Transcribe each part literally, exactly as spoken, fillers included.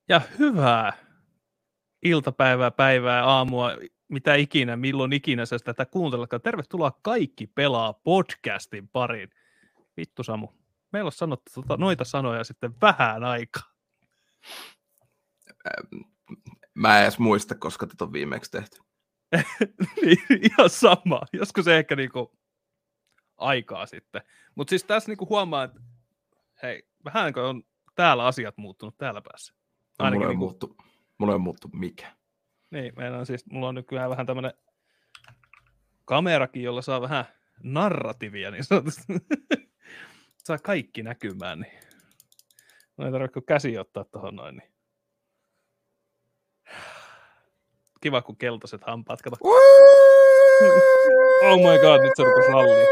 Ja hyvää iltapäivää, päivää, aamua, mitä ikinä, milloin ikinä sä tätä kuunteletkaan. Tervetuloa Kaikki pelaa podcastin pariin. Vittu Samu, meillä on sanottu tota, noita sanoja sitten vähän aikaa. Mä en edes muista, koska tätä on viimeksi tehty. Niin, ihan sama. Joskus ehkä niinku aikaa sitten. Mutta siis tässä niinku huomaa, että hei, vähänkö on täällä asiat muuttunut täällä päässä. No, mulla, ei niinku... muuttu, mulla ei muuttu mikä. Niin, meillä on siis, mulla on nykyään vähän tämmönen kamerakin, jolla saa vähän narratiivia, niin sanotusti. Saa kaikki näkymään, niin no ei tarvitse kuin käsi ottaa tuohon noin. Niin. Kiva, kun keltaiset hampaat, kato. Oh my god, nyt se rupesi ralliin.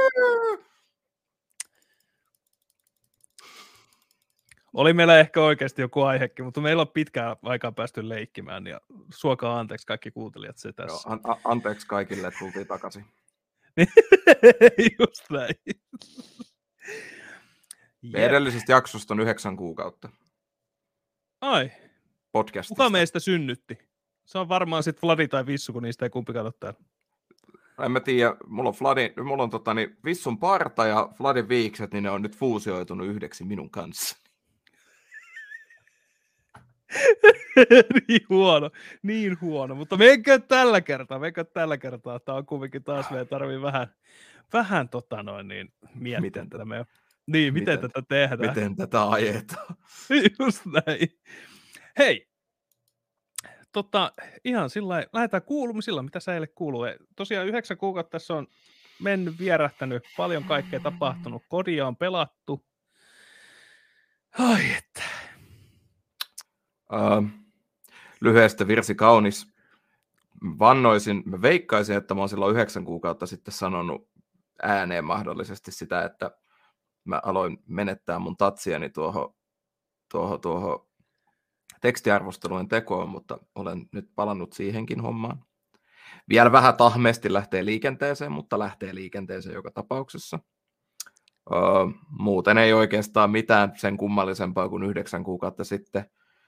Oli meillä ehkä oikeasti joku aihekin, mutta meillä on pitkään aikaa päästy leikkimään, ja suokaa anteeksi kaikki kuuntelijat se tässä. Joo, an- anteeksi kaikille, että tultiin takaisin. Just näin. Edellisestä jaksosta on yhdeksän kuukautta. Ai. Podcastista. Kuka meistä synnytti? Se on varmaan sitten Vladi tai Vissu, kun niistä ei kumpikaan ole täällä. En mä tiedä, mulla on, Vladi, mulla on tota, niin Vissun parta ja Vladin viikset, niin ne on nyt fuusioitunut yhdeksi minun kanssa. Niin huono, niin huono, mutta menkö tällä kertaa, menkö tällä kertaa, tämä on kuitenkin taas, meidän tarvii vähän, vähän tota noin, niin miettiä miten tätä meidän, niin, miten, miten tätä tehdään. Miten tätä ajetaan. Just näin. Hei, tota, ihan sillä lailla, lähdetään kuulumisilla, mitä säille kuuluu. Tosiaan yhdeksän kuukautta tässä on mennyt, vierähtänyt, paljon kaikkea tapahtunut, kodia on pelattu. Ai että. Uh, lyhyestä virsi kaunis. Vannoisin, mä veikkaisin, että mä oon silloin yhdeksän kuukautta sitten sanonut ääneen mahdollisesti sitä, että mä aloin menettää mun tatsiani tuohon, tuohon, tuohon tekstiarvostelujen tekoon, mutta olen nyt palannut siihenkin hommaan. Vielä vähän tahmeesti lähtee liikenteeseen, mutta lähtee liikenteeseen joka tapauksessa. Öö, muuten ei oikeastaan mitään sen kummallisempaa kuin yhdeksän kuukautta sitten.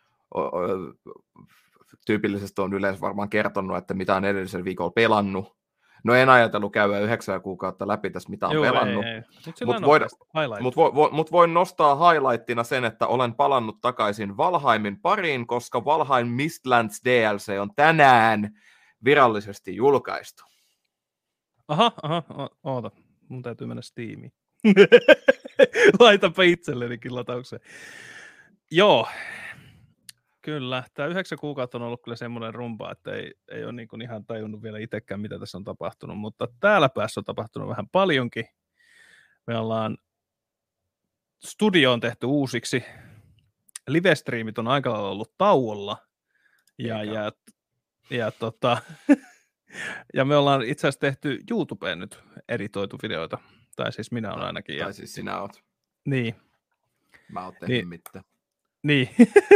Tyypillisesti on yleensä varmaan kertonut, että mitä on edellisellä viikolla pelannut. No en ajatellut käydä yhdeksän kuukautta läpi tässä, mitä on Joo, pelannut. Mutta Mutta voin, mut vo, vo, mut voin nostaa highlightina sen, että olen palannut takaisin Valheimin pariin, koska Valheim Mistlands D L C on tänään virallisesti julkaistu. Aha, aha, oota. Mun täytyy mennä Steamiin. Laitapa itsellenikin lataukseen. Joo. Kyllä, tämä yhdeksän kuukautta on ollut kyllä semmoinen rumpa, että ei, ei ole niin kuin ihan tajunnut vielä itsekään, mitä tässä on tapahtunut, mutta täällä päässä on tapahtunut vähän paljonkin. Me ollaan, studio on tehty uusiksi, livestreamit on aika lailla ollut tauolla, ja, ja, ja, tota, ja me ollaan itse asiassa tehty YouTubeen nyt editoitu videoita, tai siis minä olen ainakin. Tai ja, siis sinä oot. Niin. Mä oon tehnyt niin. mitään. Niin,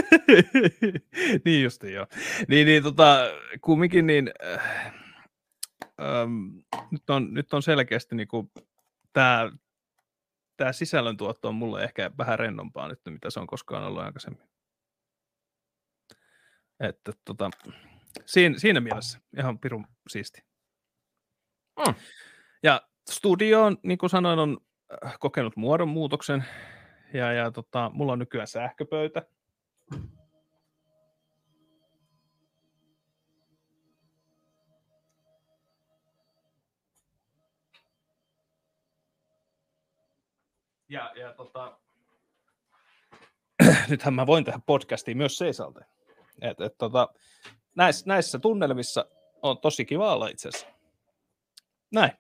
niin justi joo. Niin, niin tota, kumminkin niin, äh, ähm, nyt, on, nyt on selkeästi niinku, tämä tää sisällöntuotto on mulle ehkä vähän rennompaa nyt, mitä se on koskaan ollut aikaisemmin. Että tota, siinä, siinä mielessä ihan pirun siisti. Mm. Ja studio on, niin kuin sanoin, on kokenut muodonmuutoksen. Ja, ja tota, mulla on nykyään sähköpöytä. Ja, ja tota, nythän mä voin tehdä podcastia myös seisalteen. Et, et, tota, näissä, näissä tunnelmissa on tosi kiva olla itse asiassa. Näin.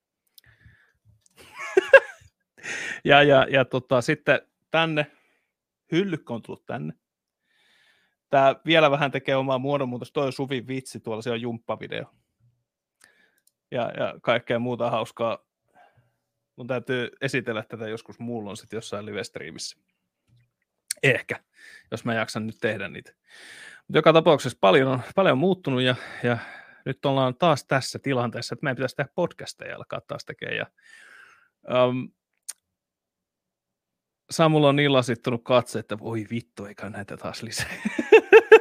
ja ja, ja tota, sitten tänne, hyllykkä on tullut tänne. Tää vielä vähän tekee omaa muodonmuutosta. Toi on Suvin vitsi, tuolla se on jumppavideo. Ja, ja kaikkea muuta hauskaa. Mun täytyy esitellä tätä joskus muulloin sitten jossain live-striimissä. Ehkä, jos mä jaksan nyt tehdä niitä. Mutta joka tapauksessa paljon on, paljon on muuttunut ja, ja nyt ollaan taas tässä tilanteessa, että meidän pitäisi tehdä podcasteja ja alkaa taas tekemään. Ja, um, Samulla on niin lasittunut katse, että voi vittu, eikä näitä taas lisää.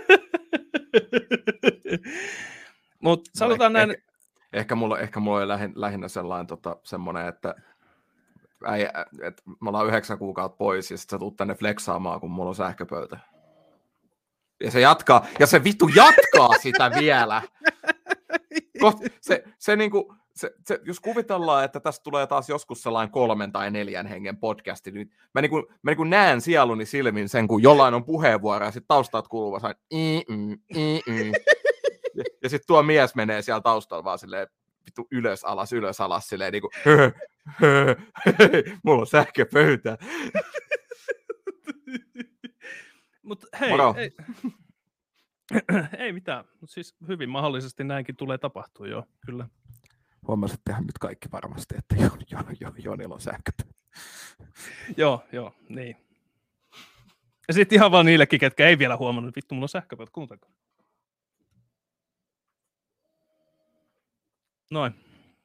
Mutta sanotaan no, näin... Ehkä, ehkä, mulla, ehkä mulla oli lähin, lähinnä sellainen tota, semmoinen, että äi, et me ollaan yhdeksän kuukautta pois ja sitten sä tuut tänne flexaamaan, kun mulla on sähköpöytä. Ja se jatkaa, ja se vittu jatkaa sitä vielä. Koht, se, se niinku, se, se, jos kuvitellaan, että tästä tulee taas joskus sellainen kolmen tai neljän hengen podcasti, niin mä, niinku, mä niinku näen sieluni silmin sen, kun jollain on puheenvuoro, ja sitten taustat kuuluu vaan ja, ja sitten tuo mies menee siellä taustalla vaan silleen, vittu ylös, alas, ylös, alas, silleen niinku, hö, hö, mulla on sähköpöytä. Mut hei, ei, ei mitään, mutta siis hyvin mahdollisesti näinkin tulee tapahtua, joo, kyllä. Huomasit tehdä nyt kaikki varmasti, että jo, jo, jo, Jonilla on sähköpöytä. Joo, joo, niin. Ja sitten ihan vaan niillekin, ketkä ei vielä huomannut, että vittu, mulla on sähköpöytä, kuuntelko? Noin.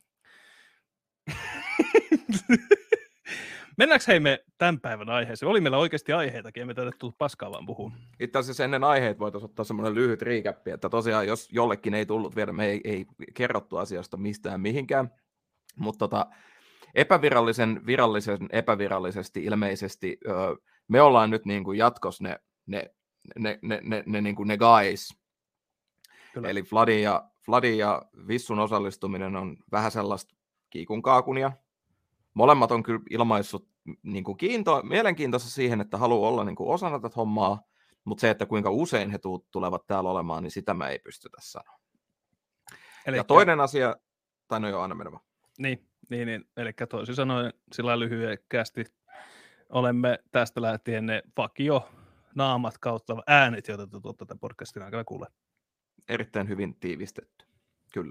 Mennäänkö hei me tämän päivän aiheeseen? Oli meillä oikeasti aiheitakin, emme tätä tullut paskaa vaan puhua. Itse asiassa ennen aiheet voitaisiin ottaa semmoinen lyhyt recap, että tosiaan jos jollekin ei tullut vielä, me ei, ei kerrottu asiasta mistään mihinkään, mutta tota, epävirallisen, virallisen, epävirallisesti ilmeisesti öö, me ollaan nyt niin kuin jatkossa ne, ne, ne, ne, ne, ne, niin kuin ne guys. Kyllä. Eli Vladin ja, Vladin ja Vissun osallistuminen on vähän sellaista kiikun kaakunia. Molemmat on kyllä ilmaissut niin kuin kiinto, mielenkiintoista siihen, että haluaa olla niin kuin osana tätä hommaa, mutta se, että kuinka usein he tulevat täällä olemaan, niin sitä mä ei pystytä sanoa. Elikkä... Ja toinen asia, tai no joo, aina mennä vaan. Niin, niin, niin. Eli toisin sanoen sillä lyhyesti olemme tästä lähtien ne vakio naamat kautta äänet, joita te tuotte tämän podcastin aikana kuulee. Erittäin hyvin tiivistetty, kyllä.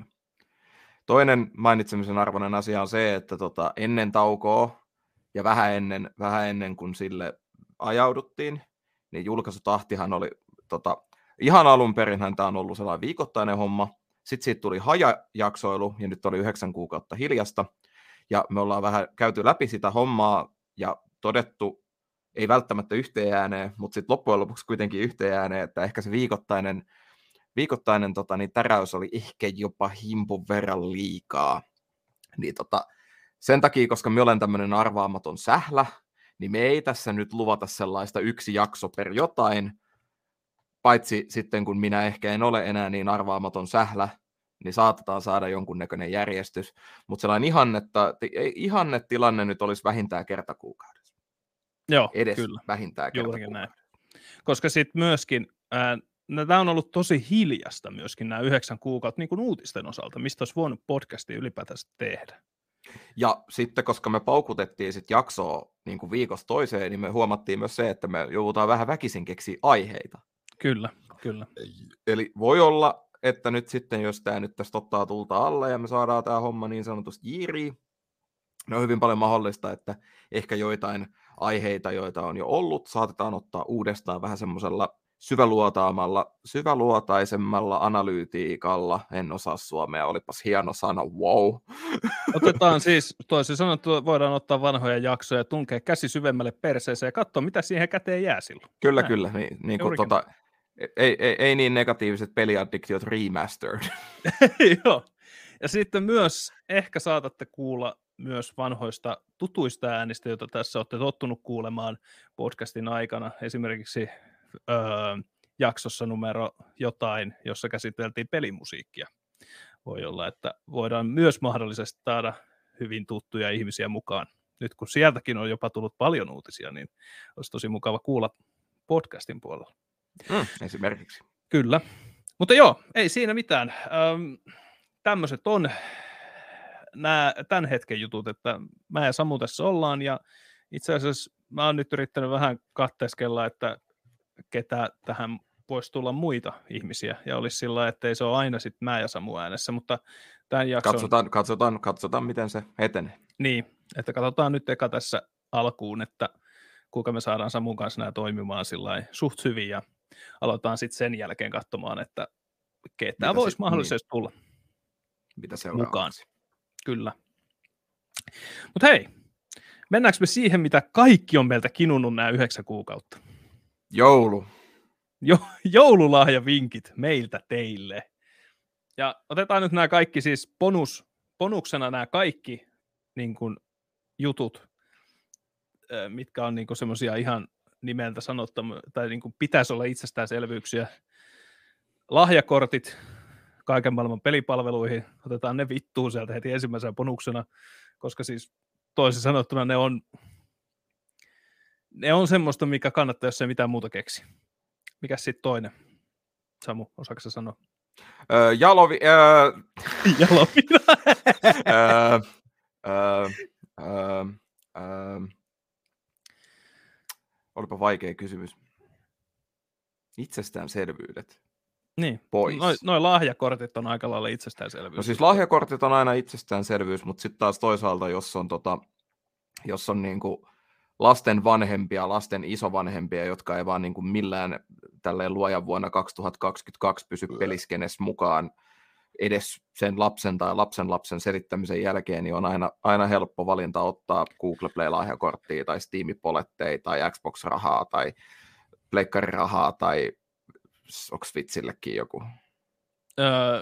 Toinen mainitsemisen arvoinen asia on se, että tota, ennen taukoa ja vähän ennen, vähän ennen kuin sille ajauduttiin, niin julkaisutahtihan oli, tota, ihan alun perinhän tämä on ollut sellainen viikoittainen homma, sitten siitä tuli hajajaksoilu ja nyt oli yhdeksän kuukautta hiljasta ja me ollaan vähän käyty läpi sitä hommaa ja todettu, ei välttämättä yhteen ääneen, mutta sitten loppujen lopuksi kuitenkin yhteen ääneen, että ehkä se viikoittainen Viikoittainen tota, niin täräys oli ehkä jopa himpun verran liikaa. Niin, tota, sen takia, koska me olen tämmöinen arvaamaton sählä, niin me ei tässä nyt luvata sellaista yksi jakso per jotain, paitsi sitten kun minä ehkä en ole enää niin arvaamaton sählä, niin saatetaan saada jonkunnäköinen järjestys. Mutta sellainen ihannetta, ihannetilanne nyt olisi vähintään kerta kuukaudessa. Joo, edes kyllä. Vähintään kerta Juurikin kuukaudessa. Näin. Koska sitten myöskin... Ää... No, tämä on ollut tosi hiljasta myöskin nämä yhdeksän kuukautta niin kuin uutisten osalta, mistä olisi voinut podcastia ylipäätään tehdä. Ja sitten, koska me paukutettiin sit jaksoa niin kuin viikosta toiseen, niin me huomattiin myös se, että me joudutaan vähän väkisin keksiä aiheita. Kyllä, kyllä. Eli voi olla, että nyt sitten, jos tämä nyt tästä ottaa tulta alle ja me saadaan tämä homma niin sanotusti jiiriin, niin on hyvin paljon mahdollista, että ehkä joitain aiheita, joita on jo ollut, saatetaan ottaa uudestaan vähän semmoisella syväluotaamalla, syväluotaisemmalla analyytiikalla, en osaa suomea, olipas hieno sana, wow. Otetaan siis, toisin sanottu, voidaan ottaa vanhoja jaksoja, tunkea käsi syvemmälle perseeseen ja katsoa, mitä siihen käteen jää silloin. Kyllä, Näin. kyllä, niin, niin kuin, tota, ei, ei, ei niin negatiiviset peliaddiktiot remastered. Joo, ja sitten myös ehkä saatatte kuulla myös vanhoista tutuista äänistä, joita tässä olette tottunut kuulemaan podcastin aikana, esimerkiksi Öö, jaksossa numero jotain, jossa käsiteltiin pelimusiikkia. Voi olla, että voidaan myös mahdollisesti saada hyvin tuttuja ihmisiä mukaan. Nyt kun sieltäkin on jopa tullut paljon uutisia, niin olisi tosi mukava kuulla podcastin puolella. Mm, esimerkiksi. Kyllä. Mutta joo, ei siinä mitään. Öm, tämmöiset on nämä tämän hetken jutut, että mä ja Samu tässä ollaan, ja itse asiassa mä oon nyt yrittänyt vähän katseskella, että ketä tähän voisi tulla muita ihmisiä, ja olisi sillä, että ei se ole aina sitten mä ja Samu äänessä, mutta tämän jakson... Katsotaan, katsotaan, katsotaan, miten se etenee. Niin, että katsotaan nyt eka tässä alkuun, että kuinka me saadaan Samun kanssa nämä toimimaan sillä suht hyvin, ja aloitetaan sitten sen jälkeen katsomaan, että ketä voisi sit, mahdollisesti niin. tulla Mitä mukaan. Kyllä. Mutta hei, mennäänkö me siihen, mitä kaikki on meiltä kinunnut nämä yhdeksän kuukautta? Joulu. Jo, joululahjavinkit meiltä teille. Ja otetaan nyt nämä kaikki siis bonus, bonuksena nämä kaikki niin kuin, jutut, mitkä on niin kuin semmoisia ihan nimeltä sanottavia, tai niin kuin pitäisi olla itsestäänselvyyksiä. Lahjakortit kaiken maailman pelipalveluihin, otetaan ne vittuun sieltä heti ensimmäisenä bonuksena, koska siis toisin sanottuna ne on, ne on semmoista, mikä kannattaa, jos ei mitään muuta keksi. Mikäs sitten toinen? Samu, osaatko sä sanoa? Öö, jalovi... Öö... Jalovina. öö, öö, öö, öö. Olipa vaikea kysymys. Itsestäänselvyydet. Niin, pois. Noin noi lahjakortit on aika lailla itsestäänselvyys. No siis lahjakortit on aina itsestäänselvyys, mutta sitten taas toisaalta, jos on, tota, jos on niinku lasten vanhempia, lasten isovanhempia, jotka ei vaan niinku millään tälleen luojan vuonna kaksituhattakaksikymmentäkaksi pysy peliskenessä mukaan edes sen lapsen tai lapsen lapsen selittämisen jälkeen, niin on aina, aina helppo valinta ottaa Google Play-lahjakorttia tai Steam-poletteja tai Xbox-rahaa tai Pleikkari-rahaa tai onko Switchillekin joku? Öö,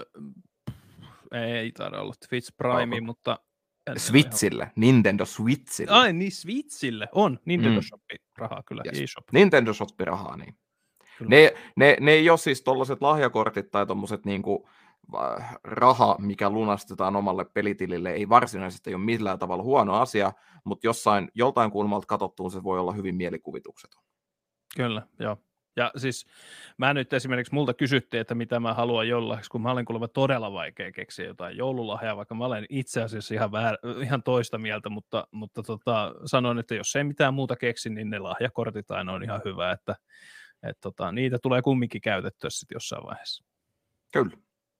ei taida olla Twitch Prime, Onko? mutta... Switchille, ihan... Nintendo Switchille. Ai niin, Switchille on. Nintendo mm. Shoppi rahaa kyllä, yes. eShop. Nintendo Shoppi rahaa, niin. Ne, ne, ne ei ole siis tollaiset lahjakortit tai tommoset niinku raha, mikä lunastetaan omalle pelitilille, ei varsinaisesti ole millään tavalla huono asia, mutta jossain, joltain kulmalta katsottuun se voi olla hyvin mielikuvitukseton. Kyllä, joo. Ja siis mä nyt esimerkiksi multa kysyttiin, että mitä mä haluan jollain, kun mä olen kuulemma todella vaikea keksiä jotain joululahjaa, vaikka mä olen itse asiassa ihan, väär, ihan toista mieltä, mutta, mutta tota, sanoin, että jos ei mitään muuta keksi, niin ne lahjakortit aina on ihan hyvä, että et tota, niitä tulee kumminkin käytettyä sitten jossain vaiheessa. Kyllä.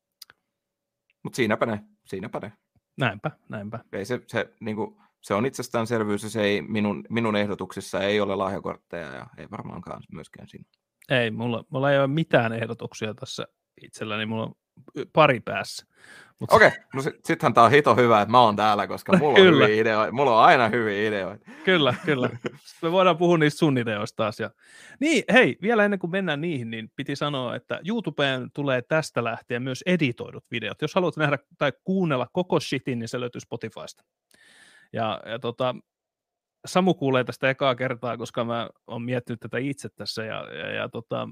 Mutta siinäpä ne, siinäpä ne. Näinpä, näinpä. Ei se, se, niinku, se on itsestäänselvyys ja se ei, minun, minun ehdotuksissa ei ole lahjakortteja ja ei varmaankaan myöskään siinä. Ei, mulla, mulla ei ole mitään ehdotuksia tässä itselläni, mulla on pari päässä. Mut... Okei, okay, no sit, sittenhän tää on hito hyvä, että mä oon täällä, koska mulla on hyviä ideoita. Mulla on aina hyviä ideoita. Kyllä, kyllä. Sitten me voidaan puhua niistä sun ideoista taas. Ja... Niin, hei, vielä ennen kuin mennään niihin, niin piti sanoa, että YouTubeen tulee tästä lähtien myös editoidut videot. Jos haluat nähdä tai kuunnella koko shitin, niin se löytyy Spotifysta. Ja, ja tota, Samu kuulee tästä ekaa kertaa, koska mä oon miettinyt tätä itse tässä ja, ja, ja tota,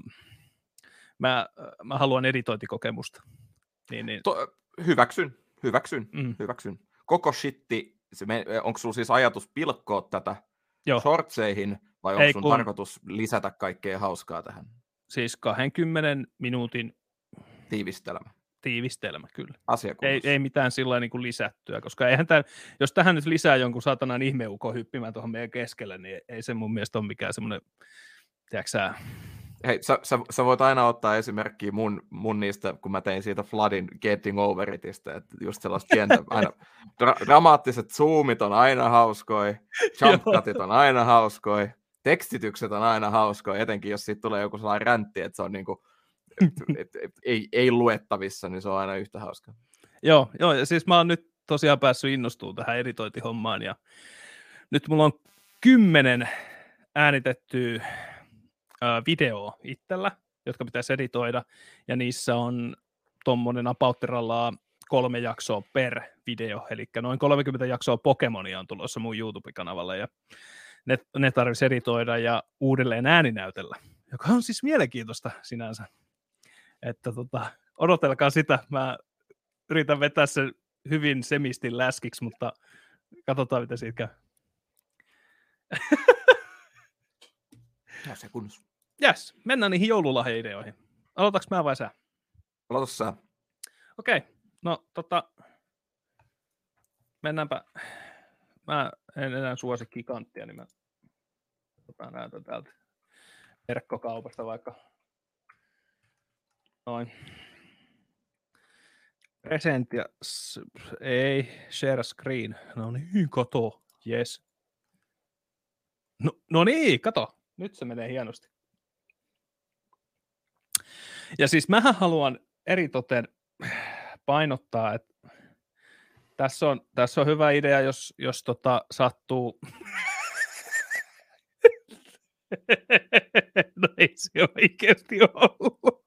mä, mä haluan editointikokemusta. Niin, niin. To, hyväksyn, hyväksyn, mm. hyväksyn. Koko shitti, onko sulla siis ajatus pilkkoa tätä Joo. shortseihin vai onko sun kun... tarkoitus lisätä kaikkea hauskaa tähän? Siis kahdenkymmenen minuutin tiivistelmä. Tiivistelmä, kyllä. Ei, ei mitään sillä niin kuin lisättyä, koska eihän tämän, jos tähän nyt lisää jonkun saatanan ihmeukon hyppimään tuohon meidän keskelle, niin ei se mun mielestä ole mikään semmoinen, tiedätkö sä... Hei, sä, sä, sä voit aina ottaa esimerkkiä mun, mun niistä, kun mä tein siitä Floodin Getting Over Itistä, että just sellaista pientä, aina, dra- dramaattiset zoomit on aina hauskoi, jumpcutit on aina hauskoi, tekstitykset on aina hauskoi, etenkin jos siitä tulee joku sellainen räntti, että se on niinku Et, et, et, ei, ei luettavissa, niin se on aina yhtä hauskaa. Joo, joo, ja siis mä oon nyt tosiaan päässyt innostumaan tähän editointihommaan, ja nyt mulla on kymmenen äänitettyä ää, videoa itsellä, jotka pitäisi editoida, ja niissä on tommonen apauttirallaa kolme jaksoa per video, eli noin kolmekymmentä jaksoa Pokemonia on tulossa mun YouTube-kanavalle, ja ne, ne tarvitsisi editoida ja uudelleen ääninäytellä, joka on siis mielenkiintoista sinänsä. Että tota, odotelkaa sitä. Mä yritän vetää sen hyvin semistin läskiksi, mutta katsotaan, mitä siitä käy. Ja se kunnossa. Jes, mennään niihin joululahjaideoihin. Aloitaks mä vai sä? Aloita sä. Okei, okay. No tota, mennäänpä. Mä en enää suosi giganttia, niin mä tota, näytän täältä verkkokaupasta vaikka. Noin. Present ja... Ei, share screen. No niin, kato. Yes. No, no niin, kato. Nyt se menee hienosti. Ja siis mähän haluan eritoten painottaa, että tässä on, tässä on hyvä idea, jos, jos tota sattuu... No Ei se oikeasti ollut.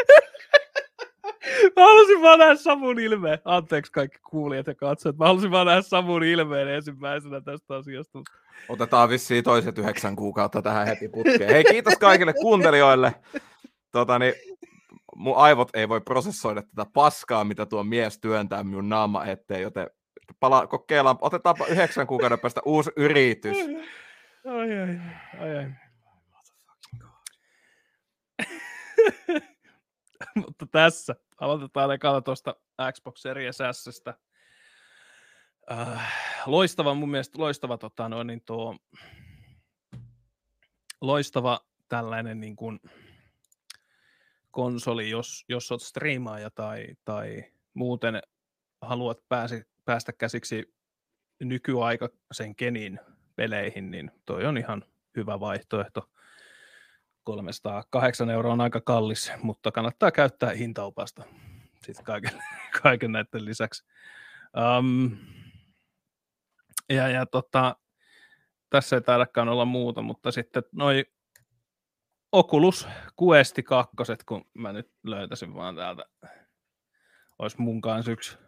Mä halusin vaan nähdä Samun ilmeen. Anteeksi kaikki kuulijat ja katsojat. Mä halusin vaan nähdä Samun ilmeen ensimmäisenä tästä asiasta. Otetaan vissiin toiset yhdeksän kuukautta tähän heti putkeen. Hei, kiitos kaikille kuuntelijoille. Totani, mun aivot ei voi prosessoida tätä paskaa, mitä tuo mies työntää minun naama eteen, joten pala, kokeillaan, otetaanpa yhdeksän kuukauden päästä uusi yritys. Ai ai, ai ai. Mutta tässä aloitetaan ekalla tuosta Xbox Series S:stä. Äh, loistava, mun mielestä loistava, tota, no, niin tuo, loistava tällainen niin kuin konsoli, jos, jos olet striimaaja tai, tai muuten haluat pääse, päästä käsiksi nykyaikaisen Kenin peleihin, niin toi on ihan hyvä vaihtoehto. kolmesataakahdeksan euroa on aika kallis, mutta kannattaa käyttää hintaupasta sitten kaiken, kaiken näiden lisäksi. Um, ja ja tota, tässä ei taidakaan olla muuta, mutta sitten noi Oculus Quest kakkoset, kun mä nyt löytäisin vaan täältä, olisi mun kanssa yksi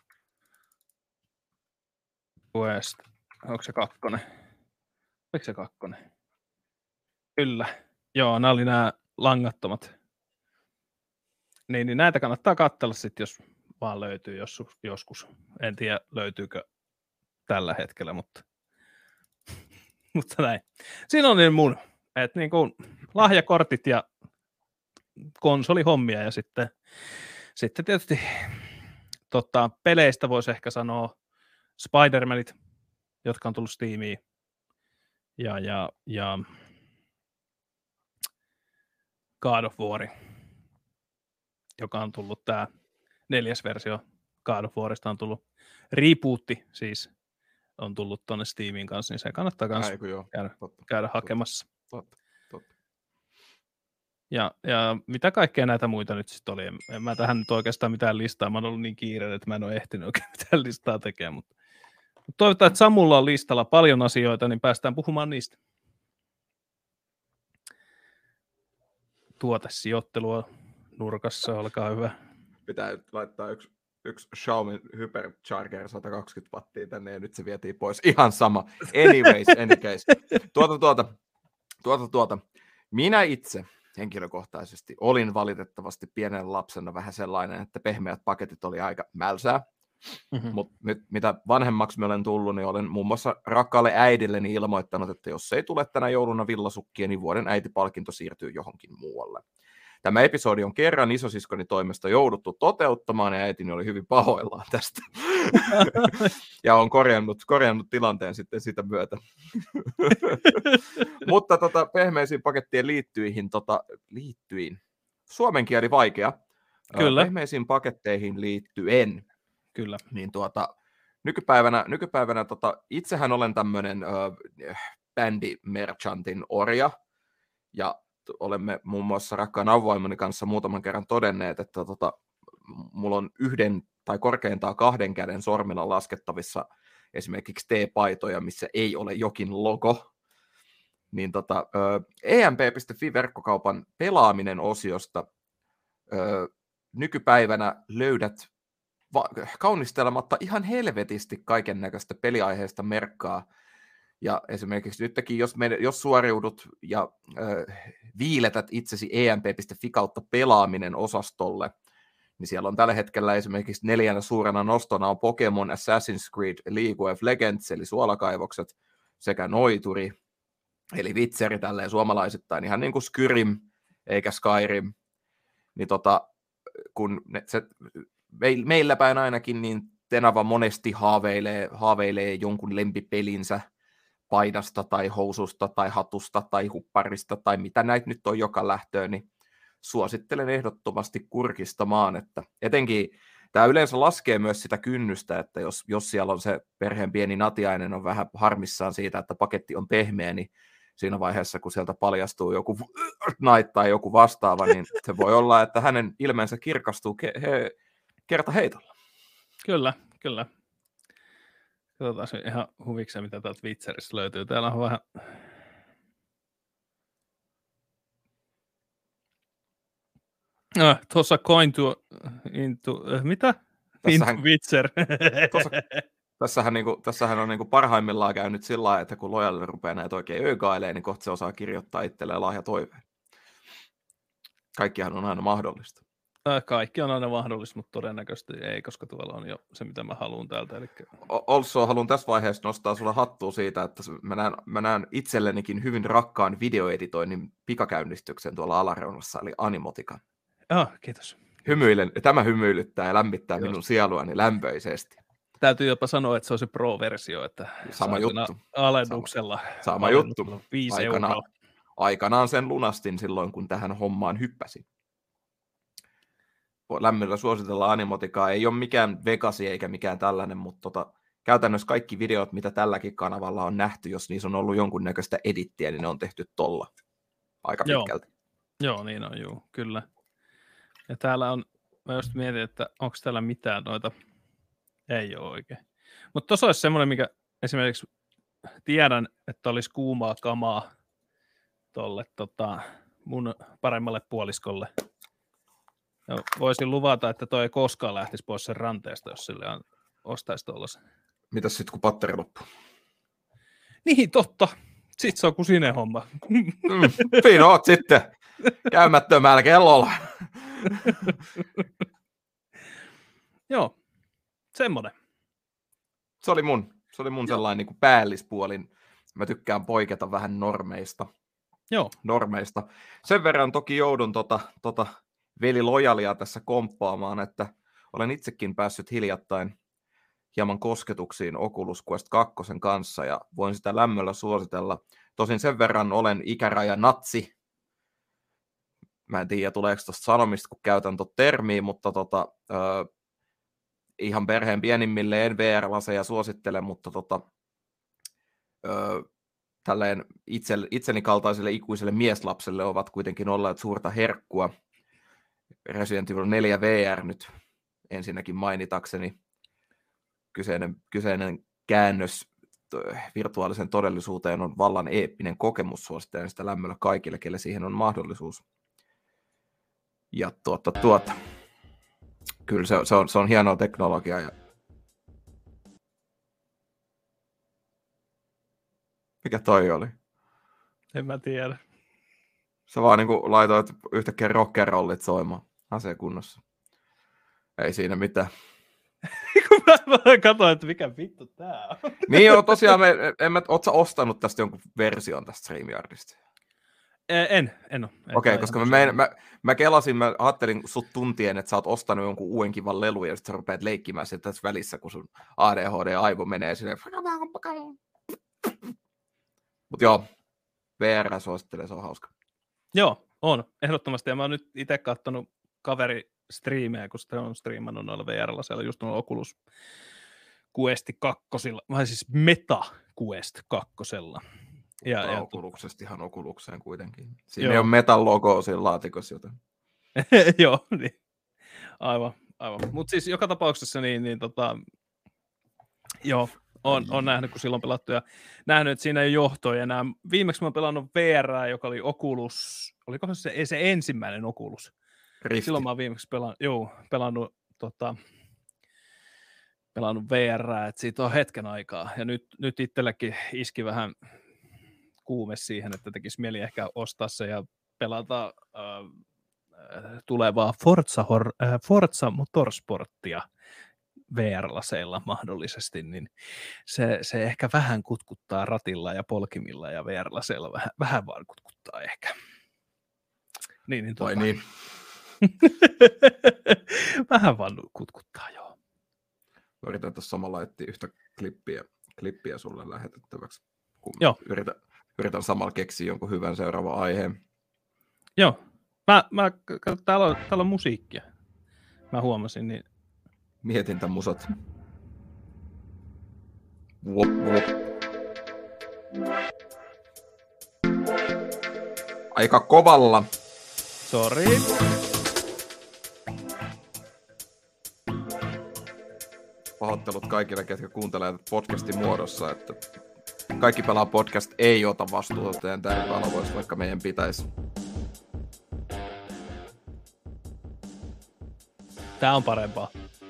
Quest, onko se kakkonen? Oliko se kakkonen? Kyllä. Joo, nämä oli nämä langattomat. Niin, niin näitä kannattaa katsella sitten, jos vaan löytyy jos, joskus. En tiedä, löytyykö tällä hetkellä, mutta, mutta näin. Siinä on niin mun, että niin kuin lahjakortit ja konsolihommia ja sitten, sitten tietysti tota, peleistä voisi ehkä sanoa Spider-Manit, jotka on tullut Steamiin ja, ja, ja God of War, joka on tullut tämä neljäs versio God of Warista on tullut rebootti, siis on tullut tuonne Steamiin kanssa, niin se kannattaa myös käydä, totta, käydä totta, hakemassa. Totta, totta. Ja, ja mitä kaikkea näitä muita nyt sitten oli? En, en mä tähän nyt oikeastaan mitään listaa, mä oon ollut niin kiireinen, että mä en ole ehtinyt oikein mitään listaa tekemään, mutta toivotaan, että Samulla on listalla paljon asioita, niin päästään puhumaan niistä. Tuotesijoittelua nurkassa, olkaa hyvä. Pitää laittaa yksi, yksi Xiaomi Hypercharger sata kaksikymmentä wattia tänne ja nyt se vietiin pois. Ihan sama. Anyways, any case. Tuota, tuota, tuota, tuota. Minä itse henkilökohtaisesti olin valitettavasti pienen lapsena vähän sellainen, että pehmeät paketit oli aika mälsää. Mm-hmm. Mutta nyt mitä vanhemmaksi mä olen tullut, niin olen muun muassa rakkaalle äidilleni ilmoittanut, että jos ei tule tänä jouluna villasukkia, niin vuoden äitipalkinto siirtyy johonkin muualle. Tämä episodi on kerran isosiskoni toimesta jouduttu toteuttamaan, ja äitini oli hyvin pahoillaan tästä. ja on korjannut, korjannut tilanteen sitten sitä myötä. Mutta tota, pehmeisiin pakettien liittyihin, tota, liittyin. Suomen kieli vaikea. Kyllä. Pehmeisiin paketteihin liittyen. Kyllä. Niin tuota, nykypäivänä, nykypäivänä tota, itsehän olen tämmöinen äh, bändi-merchantin orja, ja olemme muun muassa rakkaan avoimoni kanssa muutaman kerran todenneet, että tota, mulla on yhden tai korkeintaan kahden käden sormilla laskettavissa esimerkiksi T-paitoja, missä ei ole jokin logo. Niin tota, E M P piste F I verkkokaupan pelaaminen osiosta ö, nykypäivänä löydät va- kaunistelematta ihan helvetisti kaiken näköistä peliaiheista merkkaa. Ja esimerkiksi nytkin, jos, me, jos suoriudut ja ö, viiletät itsesi E M P piste F I kautta pelaaminen osastolle, niin siellä on tällä hetkellä esimerkiksi neljänä suurena nostona on Pokemon, Assassin's Creed, League of Legends, eli suolakaivokset, sekä Noituri, eli Vitseri tälleen suomalaisittain, ihan niin kuin Skyrim eikä Skyrim. Niin tota, kun ne, se, me, meillä päin ainakin, niin Tenava monesti haaveilee, haaveilee jonkun lempipelinsä paidasta tai housusta tai hatusta tai hupparista tai mitä näitä nyt on joka lähtöön, niin suosittelen ehdottomasti kurkistamaan, että etenkin tämä yleensä laskee myös sitä kynnystä, että jos, jos siellä on se perheen pieni natiainen on vähän harmissaan siitä, että paketti on pehmeä, niin siinä vaiheessa, kun sieltä paljastuu joku Night tai joku vastaava, niin se voi olla, että hänen ilmeensä kirkastuu ke- he, kerta heitolla. Kyllä, kyllä. Katsotaan ihan huvikseen, mitä täältä Witcheristä löytyy. Täällä on vähän... Äh, tuossa coin to, into, äh, mitä? Tässähän, into Witcher. Tuossa, tässähän, niinku, tässähän on niinku parhaimmillaan käynyt sillä lailla, että kun Lojalle rupeaa näitä oikein ögailemaan, niin kohta se osaa kirjoittaa itselleen lahjatoiveen. Kaikkihan on aina mahdollista. Äh, kaikki on aina mahdollista, mutta todennäköisesti ei, koska tuolla on jo se, mitä mä haluan täältä. Eli... Also haluan tässä vaiheessa nostaa sulle hattua siitä, että mä näen, mä näen itsellenikin hyvin rakkaan videoeditoinnin pikakäynnistyksen tuolla alareunassa, eli Animotikan. Ah, kiitos. Hymyilen, tämä hymyilyttää ja lämmittää Joo. minun sieluani lämpöisesti. Täytyy jopa sanoa, että se on se Pro-versio, että sama juttu. Alennuksella. Sama, sama juttu. viisi euroa. Aikanaan sen lunastin silloin, kun tähän hommaan hyppäsin. Lämmöllä suositellaan Animotikaa. Ei ole mikään Vegasi eikä mikään tällainen, mutta tota, käytännössä kaikki videot, mitä tälläkin kanavalla on nähty, jos niissä on ollut jonkunnäköistä edittiä, niin ne on tehty tolla aika pitkälti. Joo, Joo niin on, juu, kyllä. Ja täällä on, mä just mietin, että onko täällä mitään noita, ei ole oikein. Mutta tuossa olisi semmoinen, mikä esimerkiksi tiedän, että olisi kuumaa kamaa tolle tota, mun paremmalle puoliskolle. Ja voisin luvata, että toi ei koskaan lähtisi pois sen ranteesta, jos sille ostaisi tuollaisen. Mitäs sitten, kun patteri loppuu? Niin, totta. Sitten se on kusinen homma. Mm, siinä oot sitten käymättömällä kellolla. Joo, semmoinen. Se oli mun, se oli mun sellainen niin kuin päällispuolin. Mä tykkään poiketa vähän normeista. Joo. normeista. Sen verran toki joudun tota, tota veli Lojalia tässä komppaamaan, että olen itsekin päässyt hiljattain hieman kosketuksiin Oculus Quest kaksi kanssa ja voin sitä lämmöllä suositella. Tosin sen verran olen ikäraja natsi. Mä en tiedä, tuleeko tuosta sanomista, kun käytän tuota termiä, mutta tota, ö, ihan perheen pienimmille en V R-laseja suosittele, mutta tota, ö, tälleen itse, itseni kaltaiselle ikuiselle mieslapselle ovat kuitenkin olleet suurta herkkua. Resident Evil neljä V R nyt ensinnäkin mainitakseni. Kyseinen, kyseinen käännös virtuaalisen todellisuuteen on vallan eeppinen kokemus, suosittelen sitä lämmöllä kaikille, kelle siihen on mahdollisuus. Ja tuota, tuota. Kyllä se, se, on, se on hienoa teknologiaa. Ja... Mikä toi oli? En mä tiedä. Sä vaan niin kuin laitoit yhtäkkiä rock'n'rollit soimaan aseen kunnossa. Ei siinä mitään. Kun mä katsoin, että mikä vittu tää on. Niin joo, tosiaan, me, en mä, oot sä ostanut tästä jonkun version tästä StreamYardista? En, en ole. Okei, okay, koska mä, mein, mä, mä kelasin, mä ajattelin sut tuntien, että sä oot ostanut jonkun uuden kivan lelun ja sit sä rupeat leikkimään sitä tässä välissä, kun sun A D H D-aivo menee sinne. Mut joo, V R suosittelee, se on hauska. Joo, on, ehdottomasti. Ja mä oon nyt itse kattonut kaveri striimejä, kun sitä on striimannut noilla V R-llä, siellä just noilla Oculus Quest kakkosilla, vai siis Meta Quest kakkosella. Ja, ja Oculuksesta ihan Oculukseen kuitenkin. Siinä joo. Ei ole Metan logoa siinä laatikossa, joten... Joo, niin. Aivan, aivan. Mutta siis joka tapauksessa niin, niin tota... Joo, on, on nähnyt, kun silloin pelattu ja nähnyt, että siinä ei ole johtoja enää. Viimeksi mä oon pelannut V R, joka oli Oculus, oliko se, se ensimmäinen Oculus? Rifti. Silloin mä oon viimeksi pelannut, joo, pelannut, tota, pelannut V R, että siitä on hetken aikaa. Ja nyt, nyt itselläkin iski vähän kuume siihen, että tekisi mieli ehkä ostaa se ja pelata äh, tulevaa Forza, äh, Forza Motorsporttia V R-laseilla mahdollisesti, niin se, se ehkä vähän kutkuttaa ratilla ja polkimilla ja V R-laseilla vähän, vähän vaan kutkuttaa ehkä. Niin, niin, tuota... niin. Vähän vaan kutkuttaa, joo. Yritän tuossa samalla etsiä yhtä klippiä, klippiä sulle lähetettäväksi, kun joo. Yritän, yritän samalla keksiä jonkun hyvän seuraavan aiheen. Joo. Mä, mä, täällä, on, täällä on musiikkia. Mä huomasin, niin mietintämusat. Wop, wop. Aika kovalla. Sori. Pahoittelut kaikille, ketkä kuuntelevat podcastin muodossa, että Kaikki pelaa podcast ei ota vastuuta teidän tärkeää, vaikka meidän pitäisi. Tää on parempaa.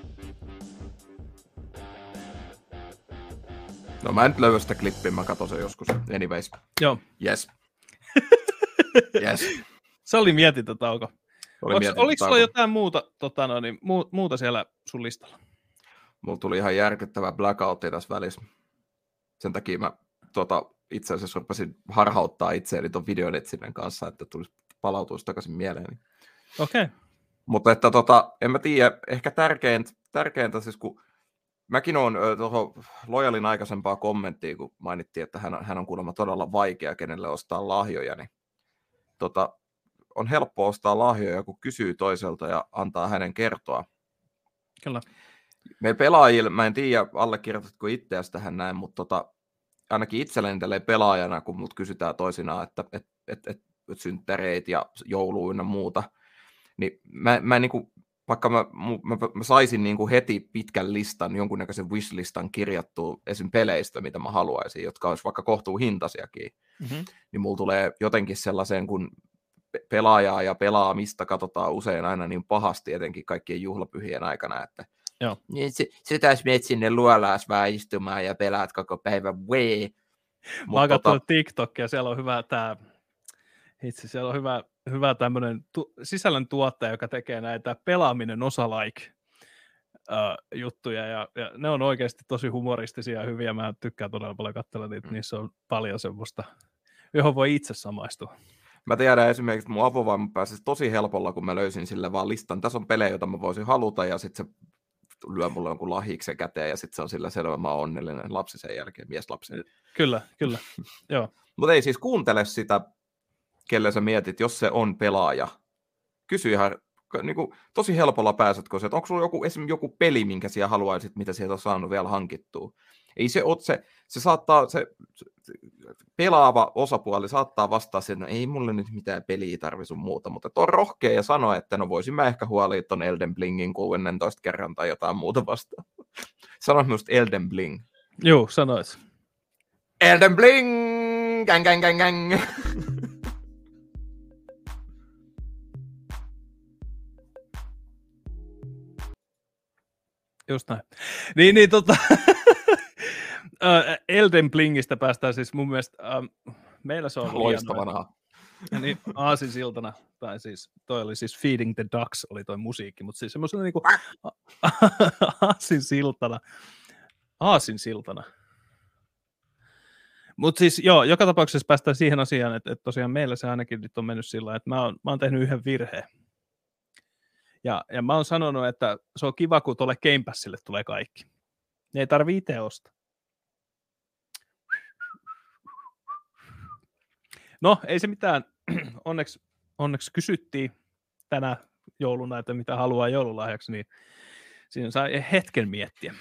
No mä en nyt löyä sitä klippiä, mä katon sen joskus. Anyways. Joo. Yes. Yes. Se oli mietintätauko. Oli Oliko, oliko sulla jotain muuta, tota, no, niin, mu, muuta siellä sun listalla? Mulla tuli ihan järkyttävä blackoutti tässä välissä. Sen takia mä tota, itse asiassa rupesin harhauttaa itseäni ton videonetsinnän kanssa, että tulisi palautuisi takaisin mieleeni. Okei. Okay. Mutta että tota, en mä tiedä, ehkä tärkeintä, tärkeintä siis kun mäkin olen tuohon Lojalin aikaisempaa kommenttia, kun mainittiin, että hän on, hän on kuulemma todella vaikea, kenelle ostaa lahjoja, niin tota, on helppo ostaa lahjoja, kun kysyy toiselta ja antaa hänen kertoa. Kyllä. Me pelaajille, mä en tiedä, allekirjoitatko itseäsi tähän näin, mutta tota, ainakin itselleni tälleen pelaajana, kun mut kysytään toisinaan, että et, et, et, et synttäreitä ja jouluja ja muuta, niin mä, mä en niinku, vaikka mä, mä, mä saisin niinku heti pitkän listan, jonkunnäköisen wish-listan kirjattua esim. Peleistä, mitä mä haluaisin, jotka olisi vaikka kohtuuhintaisiakin, mm-hmm. niin mulla tulee jotenkin sellaiseen, kun pelaajaa ja pelaamista katsotaan usein aina niin pahasti, etenkin kaikkien juhlapyhien aikana, että joo. Niin se, se taas menet sinne luolaas vaan istumaan ja pelaat koko päivän, wee. Mä oon katsonut tota... TikTokia, siellä on hyvä tää, itse siellä on hyvä, hyvä tämmönen tu- sisällön tuottaja, joka tekee näitä pelaaminen osa-like uh, juttuja, ja, ja ne on oikeasti tosi humoristisia ja hyviä, mä tykkään todella paljon katsella niitä, mm. niissä on paljon semmoista, johon voi itse samaistua. Mä tiedän esimerkiksi, että mun avovaimo pääsisi tosi helpolla, kun mä löysin sille vaan listan, tässä on pelejä, joita mä voisin haluta, ja sitten se lyö mulle jonkun lahiksen käteen, ja sitten se on sillä selvä, mä oon onnellinen lapsi sen jälkeen, mieslapsi. Kyllä, kyllä, joo. Mutta ei siis kuuntele sitä, kelle sä mietit, jos se on pelaaja. Kysy ihan, niin kuin, tosi helpolla pääsetkö se, että onko sulla joku, esimerkiksi joku peli, minkä siellä haluaisit, mitä sieltä on saanut vielä hankittua. Ei se ole se, se saattaa, se, se pelaava osapuoli saattaa vastaa siihen, että no ei mulle nyt mitään peliä tarvi sun muuta, mutta on rohkea ja sanoa, että no voisin mä ehkä huolia ton Elden Blingin kuusitoista kerran tai jotain muuta vastaan. Sanoit myös Elden Bling. Joo, sanoit. Elden Bling! Gang, gang, gang, gang! Just näin. Niin, niin tota... Elden Blingistä päästään siis mun mielestä, ähm, meillä se on loistavana. Niin, aasinsiltana, tai siis toi oli siis Feeding the Ducks oli toi musiikki, mutta siis semmoisena niinku aasinsiltana, aasinsiltana. Mutta siis joo, joka tapauksessa päästään siihen asiaan, että, että tosiaan meillä se ainakin nyt on mennyt sillä, että mä oon, mä oon tehnyt yhden virheen. Ja, ja mä oon sanonut, että se on kiva, kun tuolle Game Passille tulee kaikki. Ne ei tarvitse itse ostaa. No, ei se mitään. Onneksi, onneksi kysyttiin tänä jouluna, että mitä haluaa joululahjaksi, niin siinä sai hetken miettiä.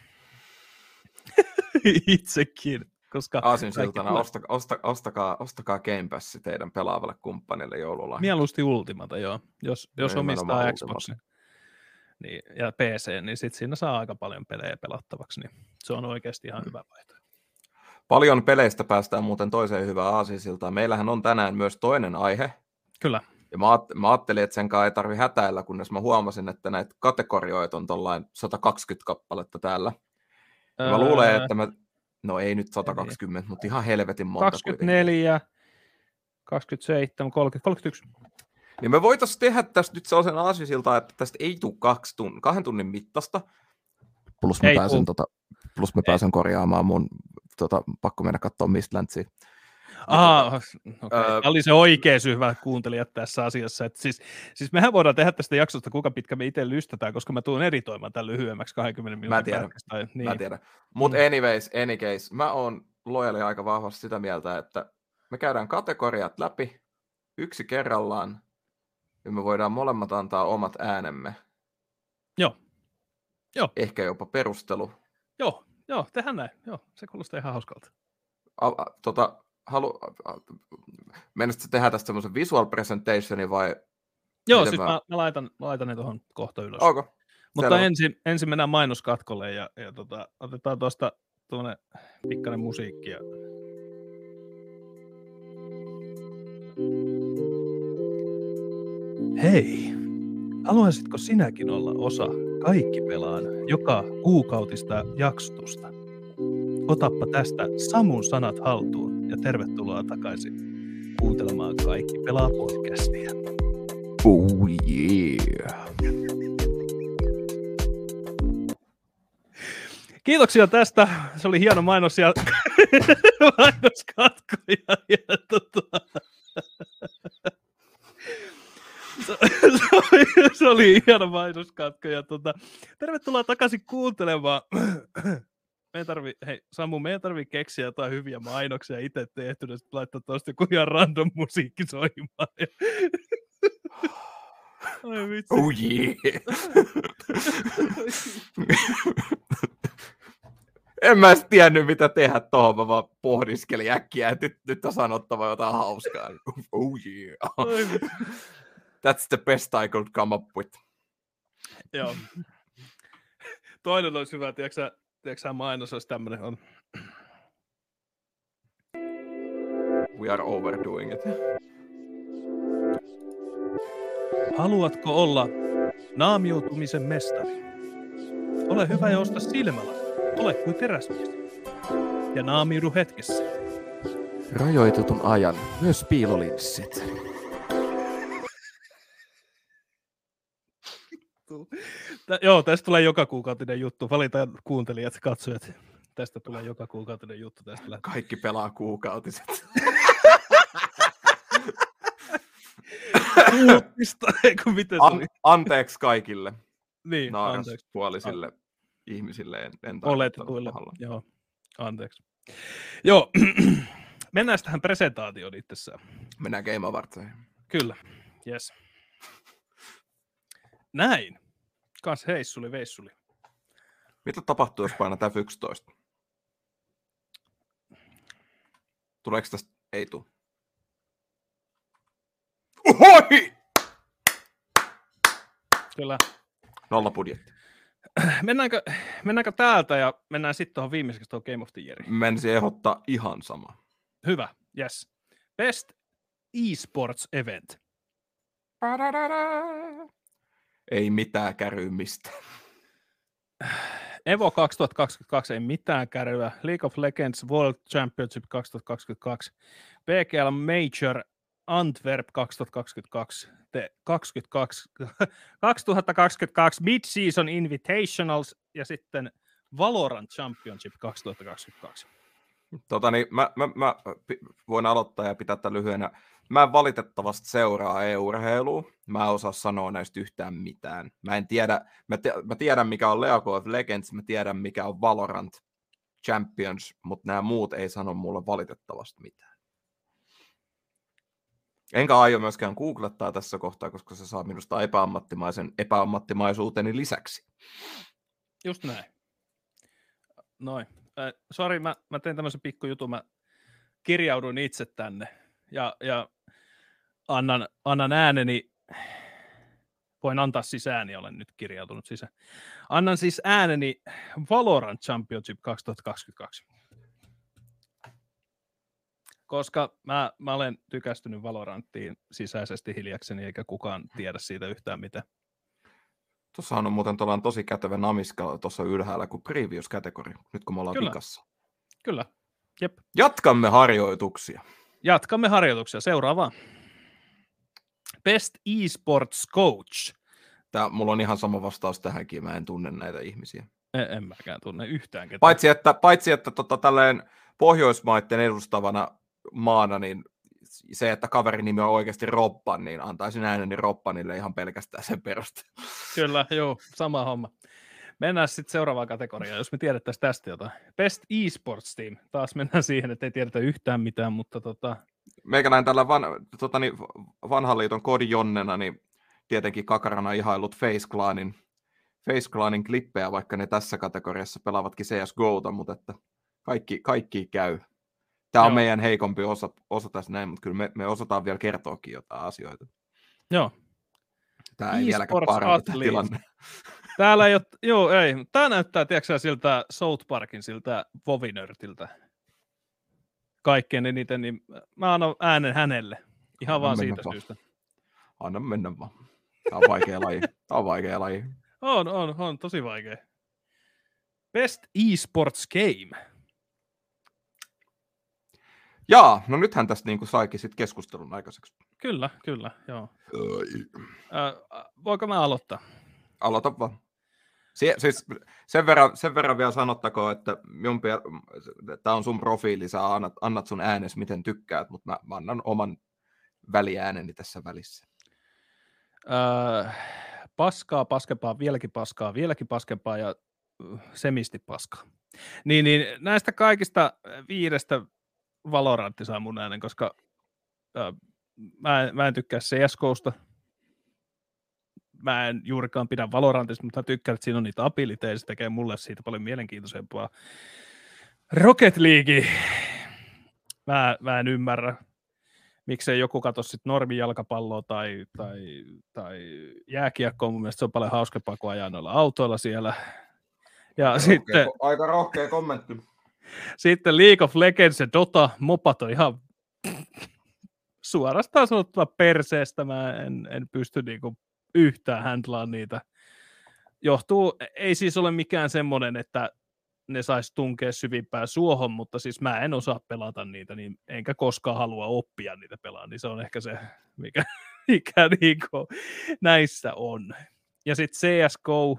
Itsekin. Koska aasinsiltana, osta, osta, ostakaa, ostakaa Game Passi teidän pelaavalle kumppanille joululahjaksi. Mieluusti Ultimata, joo. Jos, jos omistaa Xboxin niin, ja P C, niin sitten siinä saa aika paljon pelejä pelattavaksi, niin se on oikeasti ihan mm. hyvä vaihtoehto. Paljon peleistä päästään muuten toiseen hyvään aasinsiltaan. Meillähän on tänään myös toinen aihe. Kyllä. Ja mä, mä ajattelin, että senkaan ei tarvi hätäillä, kunnes mä huomasin, että näitä kategorioita on tollain sata kaksikymmentä kappaletta täällä. Ja mä öö... luulen, että mä... No ei nyt sata kaksikymmentä, mutta ihan helvetin monta kaksikymmentäneljä, kaksikymmentäseitsemän, kolmekymmentä, kolmekymmentäyksi. Niin me voitaisiin tehdä tästä nyt sellaisen aasinsiltaan, että tästä ei tule kaksi tunn, kahden tunnin mittaista. Plus mä ei pääsen, tota, plus mä pääsen korjaamaan mun, tota, pakko mennä katsoa Mistlandsia. Aha, okay. Öö, Tämä oli se oikea syy, hyvät kuuntelijat tässä asiassa. Että siis, siis mehän voidaan tehdä tästä jaksosta, kuinka pitkä me itse lystetään, koska mä tuun editoimaan tämän lyhyemmäksi kaksikymmentä minuutin. Mä tiedän, tai, niin. mä tiedän. Mutta mm. anyways, any case, mä oon Lojali aika vahvasti sitä mieltä, että me käydään kategoriat läpi yksi kerrallaan, ja me voidaan molemmat antaa omat äänemme. Joo. Joo. Ehkä jopa perustelu. Joo, joo, tehdään näin. Joo, se kuulostaa ihan hauskalta. A, a, tota, halu, mennäisitkö tehdä tästä semmoisen visual presentationin vai? Joo, siis mä, mä, mä, laitan, mä laitan ne tuohon kohta ylös. Okay. Mutta ensin, ensin mennään mainoskatkolle ja, ja tota, otetaan tuosta tuonne pikkainen musiikkia. Hei, Haluaisitko sinäkin olla osa Kaikki pelaan joka kuukautista jaksotusta? Otappa tästä Samun sanat haltuun ja tervetuloa takaisin kuuntelemaan Kaikki pelaa podcastia. Oh yeah. Kiitoksia tästä. Se oli hieno mainos ja mainoskatko. Ja, ja, tota... se, se, oli, se oli hieno mainoskatko. Ja, tota... tervetuloa takaisin kuuntelemaan. Me tarvii, hei Samu, me ei tarvitse keksiä jotain hyviä mainoksia itse tehtynä, sitten laittaa tuosta joku ihan random musiikki soimaan. Ja... Ai vitsi. Oh yeah. En mä edes tiennyt, mitä tehdä tohon, mä vaan pohdiskelin äkkiä, että nyt, nyt on sanottava jotain hauskaa. Oh yeah. That's the best I could come up with. Joo. Toinen olisi hyvä, tiedätkö sä mainos olisi tämmöinen on. We are overdoing it. Haluatko olla naamioitumisen mestari? Ole hyvä ja osta silmällä. Ole kuin teräsmies. Ja naamiudu hetkessä. Rajoitetun ajan, myös piilolinssit. Tä, joo, tästä tulee joka kuukautinen juttu. Valitaan kuuntelijat, katsojat. Tästä tulee joka kuukautinen juttu. Tästä lähtee. Kaikki pelaa kuukautiset. Uutista, eikö miten se oli? An- anteeksi kaikille. Niin, naaraspuolisille An- ihmisille. En, en Oletetuille, joo, anteeksi. Joo, mennään tähän presentaatioon itsessään. Mennään Game Awardseihin. Kyllä, yes. Näin. Kas heissuli veissuli. Mitä tapahtuu, jos painat F yksitoista? Tuleeko tästä? Ei tule. Ohoi! Kyllä. Nolla budjetti. Mennäänkö, mennäänkö täältä ja mennään sitten tuohon viimeiseksi tuohon Game of the Yeariin? Menisin ehdottaa ihan sama. Hyvä, yes. Best eSports Event. Ei mitään käryä mistään. Evo kaksituhattakaksikymmentäkaksi ei mitään käryä. League of Legends World Championship kaksituhattakaksikymmentäkaksi. B G L Major Antwerp kaksituhattakaksikymmentäkaksi. Te kaksikymmentäkaksi, kaksituhattakaksikymmentäkaksi Mid-Season Invitationals ja sitten Valorant Championship kaksituhattakaksikymmentäkaksi. Tota niin, mä, mä, mä voin aloittaa ja pitää tämän lyhyenä. Mä en valitettavasti seuraa e-urheilua. Mä en osaa sanoa näistä yhtään mitään. Mä en tiedä, mä, te, mä tiedän mikä on League of Legends, mä tiedän mikä on Valorant Champions, mutta nämä muut ei sano mulle valitettavasti mitään. Enkä aio myöskään googlettaa tässä kohtaa, koska se saa minusta epäammattimaisen epäammattimaisuuteni lisäksi. Just näin. Noin. Äh, sori, mä, mä tein tämmöisen pikkujutun. Mä kirjauduin itse tänne ja, ja annan, annan ääneni. Voin antaa siis ääni, olen nyt kirjautunut sisään. Annan siis ääneni Valorant Championship kaksituhattakaksikymmentäkaksi. Koska mä, mä olen tykästynyt Valoranttiin sisäisesti hiljakseni, eikä kukaan tiedä siitä yhtään mitään. Tuossahan on muuten tuollainen tosi kätevä namiska tuossa ylhäällä kuin previous-kategori, nyt kun me ollaan Kyllä. vikassa. Kyllä, jep. Jatkamme harjoituksia. Jatkamme harjoituksia. Seuraavaan. Best eSports Coach. Tää, mulla on ihan sama vastaus tähänkin, mä en tunne näitä ihmisiä. En, en mäkään tunne yhtään ketään. Paitsi, että, paitsi, että tota, tälleen Pohjoismaiden edustavana maana, niin se, että kaverin nimi on oikeasti Robban, niin antaisin ääneni Robbanille ihan pelkästään sen perusteella. Kyllä, joo, sama homma. Mennään sitten seuraavaan kategoriaan, jos me tiedettäisiin tästä jotain. Best eSports Team. Taas mennään siihen, että ei tiedetä yhtään mitään, mutta tota... Meikäläin tällä van, tota, niin, vanhan liiton Kodi Jonnena, niin tietenkin kakarana ihailut Face Clanin, Face Clanin klippejä, vaikka ne tässä kategoriassa pelaavatkin C S G O:ta, mutta että kaikki, kaikki käy. Tämä on Joo. meidän heikompi osa, osa tässä näin, mutta kyllä me, me osataan vielä kertoakin jotain asioita. Joo. Tämä ei vieläkään paranna tämä tilanne. Täällä ei ole, joo ei, tämä näyttää, tiedätkö siltä South Parkin, siltä Vovinörtiltä. Kaikkein eniten, niin mä annan äänen hänelle. Ihan Anna vaan siitä vaan. syystä. Anna mennä vaan. Tämä on vaikea laji. Tämä on vaikea laji. On, on, on, tosi vaikea. Best eSports Game. Jaa, no nythän tästä niin kuin saikin sit keskustelun aikaiseksi. Kyllä, kyllä, joo. Äh, voiko mä aloittaa? Aloita vaan. Sie, siis sen, verran, sen verran vielä sanottakoon, että tämä on sun profiili, sä annat, annat sun äänes miten tykkäät, mutta mä, mä annan oman väliääneni tässä välissä. Äh, paskaa, paskempaa, vieläkin paskaa, vieläkin paskempaa ja semisti paskaa. Niin, niin näistä kaikista viidestä Valorantti saa mun äänen, koska äh, mä, en, mä en tykkää C S G:sta. Mä en juurikaan pidä Valorantista, mutta mä tykkään, että siinä on niitä abiliteja, se tekee mulle siitä paljon mielenkiintoisempaa. Rocket League. Mä, mä en ymmärrä, miksei joku katso sitten normijalkapalloa tai, tai, tai jääkiekkoa. Mun mielestä se on paljon hauskempaa kuin ajaa noilla autoilla siellä. Ja aika, sitten, rohkea, aika rohkea kommentti. Sitten League of Legends ja Dota, mopat on ihan suorastaan sanottuna perseestä. Mä en, en pysty niinku yhtään handlaan niitä. Johtuu, ei siis ole mikään semmoinen, että ne sais tunkea syvimpään suohon, mutta siis mä en osaa pelata niitä, niin enkä koskaan halua oppia niitä pelaa, niin se on ehkä se, mikä, mikä niinku näissä on. Ja sitten C S G O,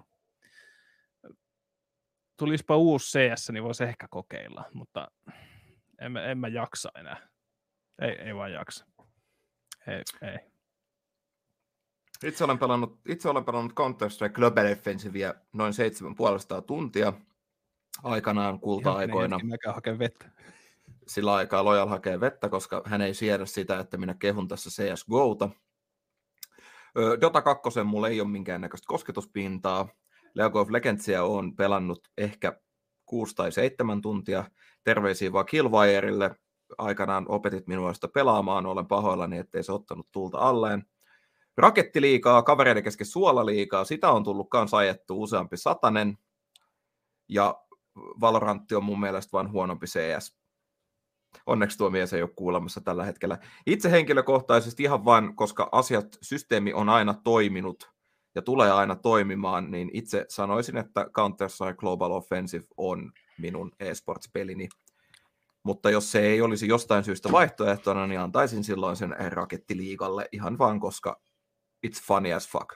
tulispa uusi C S, niin voisi ehkä kokeilla, mutta en, en mä jaksa enää. Ei, ei vaan jaksa. Ei, ei. Itse olen pelannut, itse olen pelannut Counter-Strike Global Offensivea noin seitsemän puolesta tuntia aikanaan kulta-aikoina. Ihan mäkään hakee vettä. Sillä aikaa Lojal hakee vettä, koska hän ei siedä sitä, että minä kehun tässä C S G O:ta. Dota kaksi mulla ei ole minkäännäköistä kosketuspintaa. League of Legendsia on pelannut ehkä kuusi tai seitsemän tuntia. Terveisiä vaan Killwireille. Aikanaan opetit minua sitä pelaamaan, olen pahoillani, ettei se ottanut tulta alleen. Rakettiliigaa, kavereiden kesken suolaliigaa, sitä on tullut kans ajettu useampi satanen. Ja Valorantti on mun mielestä vain huonompi C S. Onneksi tuo mies ei ole kuulemassa tällä hetkellä. Itse henkilökohtaisesti ihan vain, koska asiat, systeemi on aina toiminut ja tulee aina toimimaan, niin itse sanoisin, että Counter-Strike Global Offensive on minun eSports-pelini. Mutta jos se ei olisi jostain syystä vaihtoehtona, niin antaisin silloin sen Rakettiliigalle ihan vaan, koska it's funny as fuck.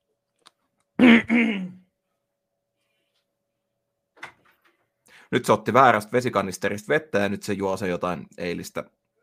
Nyt se otti väärästä vesikanisterista vettä ja nyt se juo se jotain eilistä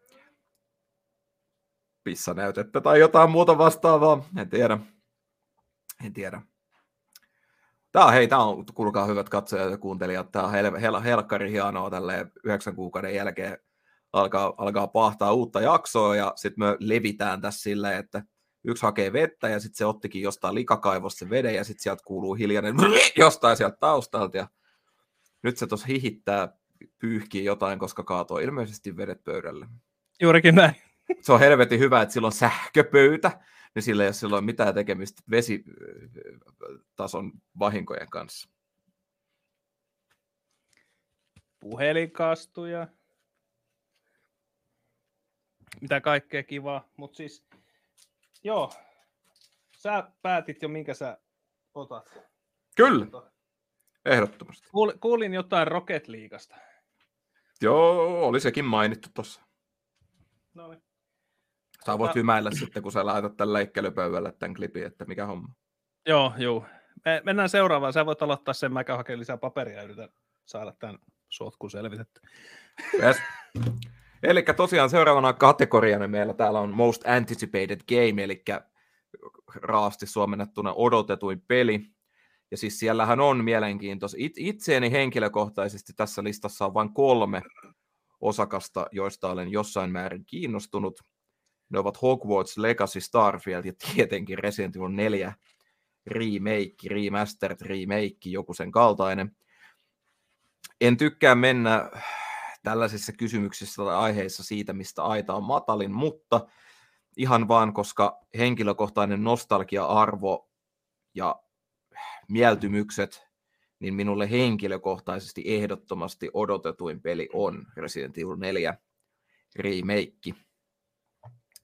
pissanäytettä tai jotain muuta vastaavaa. En tiedä. En tiedä. Tää on, hei, tää on, kuulkaa hyvät katsojat ja kuuntelijat, tää on hel, hel, helkkari hienoa tälleen yhdeksän kuukauden jälkeen alkaa, alkaa pahtaa uutta jaksoa ja sitten me levitään tässä silleen, että yksi hakee vettä ja sitten se ottikin jostain likakaivosta se veden ja sitten sieltä kuuluu hiljainen jostain sieltä taustalta ja nyt se tuossa hihittää, pyyhkii jotain, koska kaatoo ilmeisesti vedet pöydälle. Juurikin näin. Se on helvetin hyvä, että sillä on sähköpöytä, niin sillä ei ole silloin mitään tekemistä vesitason vahinkojen kanssa. Puhelinkastuja. Mitä kaikkea kivaa, mutta siis joo, sä päätit jo minkä sä otat. Kyllä, ehdottomasti. Kuulin jotain Rocket Leaguesta. Joo, oli sekin mainittu tuossa. No niin. Sä voit hymäillä sitten, kun sä laitat tämän leikkelypöydälle tämän klipin, että mikä homma. Joo, joo. Me mennään seuraavaan. Sä voit aloittaa sen, mä haken lisää paperia ja yritän saada tämän sotkun selvitetty. Yes. Eli tosiaan seuraavana kategoriana meillä täällä on Most Anticipated Game, eli raasti suomennettuna odotetuin peli. Ja siis siellähän on mielenkiintoista. It, itseeni henkilökohtaisesti tässä listassa on vain kolme osakasta, joista olen jossain määrin kiinnostunut. Ne ovat Hogwarts Legacy, Starfield ja tietenkin Resident Evil neljä remake, remastered remake, joku sen kaltainen. En tykkää mennä tällaisissa kysymyksissä tai aiheissa siitä, mistä aita on matalin, mutta ihan vaan, koska henkilökohtainen nostalgia-arvo ja mieltymykset, niin minulle henkilökohtaisesti ehdottomasti odotetuin peli on Resident Evil neljä remake.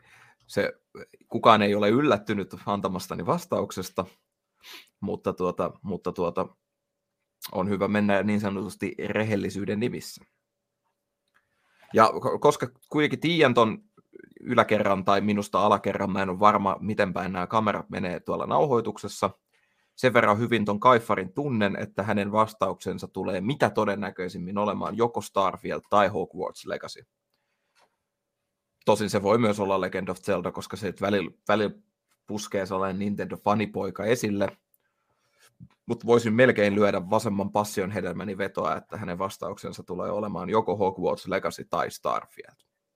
se, kukaan ei ole yllättynyt antamastani vastauksesta, mutta, tuota, mutta tuota, on hyvä mennä niin sanotusti rehellisyyden nimissä. Ja koska kuitenkin tiedän ton yläkerran tai minusta alakerran, mä en ole varma, miten päin nämä kamerat menee tuolla nauhoituksessa. Sen verran hyvin ton Kaifarin tunnen, että hänen vastauksensa tulee mitä todennäköisimmin olemaan joko Starfield tai Hogwarts Legacy. Tosin se voi myös olla Legend of Zelda, koska se välillä, välillä puskee sellainen Nintendo-fanipoika esille. Mutta voisin melkein lyödä vasemman passion hedelmäni vetoa, että hänen vastauksensa tulee olemaan joko Hogwarts Legacy tai Starfield.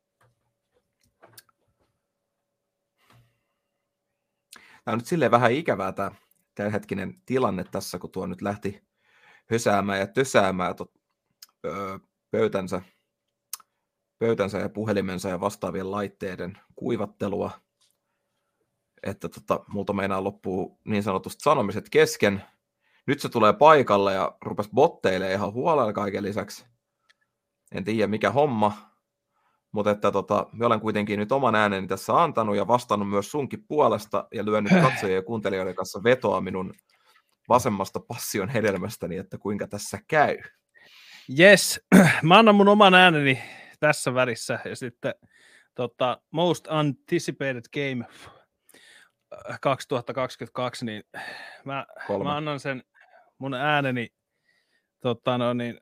Tämä on nyt silleen vähän ikävää tämä tämänhetkinen tilanne tässä, kun tuo nyt lähti hösäämään ja tösäämään tot, öö, pöytänsä, pöytänsä ja puhelimensa ja vastaavien laitteiden kuivattelua, että tota, multa meinaa loppuu niin sanotusti sanomiset kesken. Nyt se tulee paikalle ja rupesi botteilemaan ihan huolella kaiken lisäksi. En tiedä mikä homma, mutta että tota, mä olen kuitenkin nyt oman ääneni tässä antanut ja vastannut myös sunkin puolesta ja lyönyt katsojien ja kuuntelijoiden kanssa vetoa minun vasemmasta passion hedelmästäni, että kuinka tässä käy. Yes, mä annan mun oman ääneni tässä välissä ja sitten tota, Most Anticipated Game kaksituhattakaksikymmentäkaksi, niin mä, mä annan sen mun ääneni tota, no niin,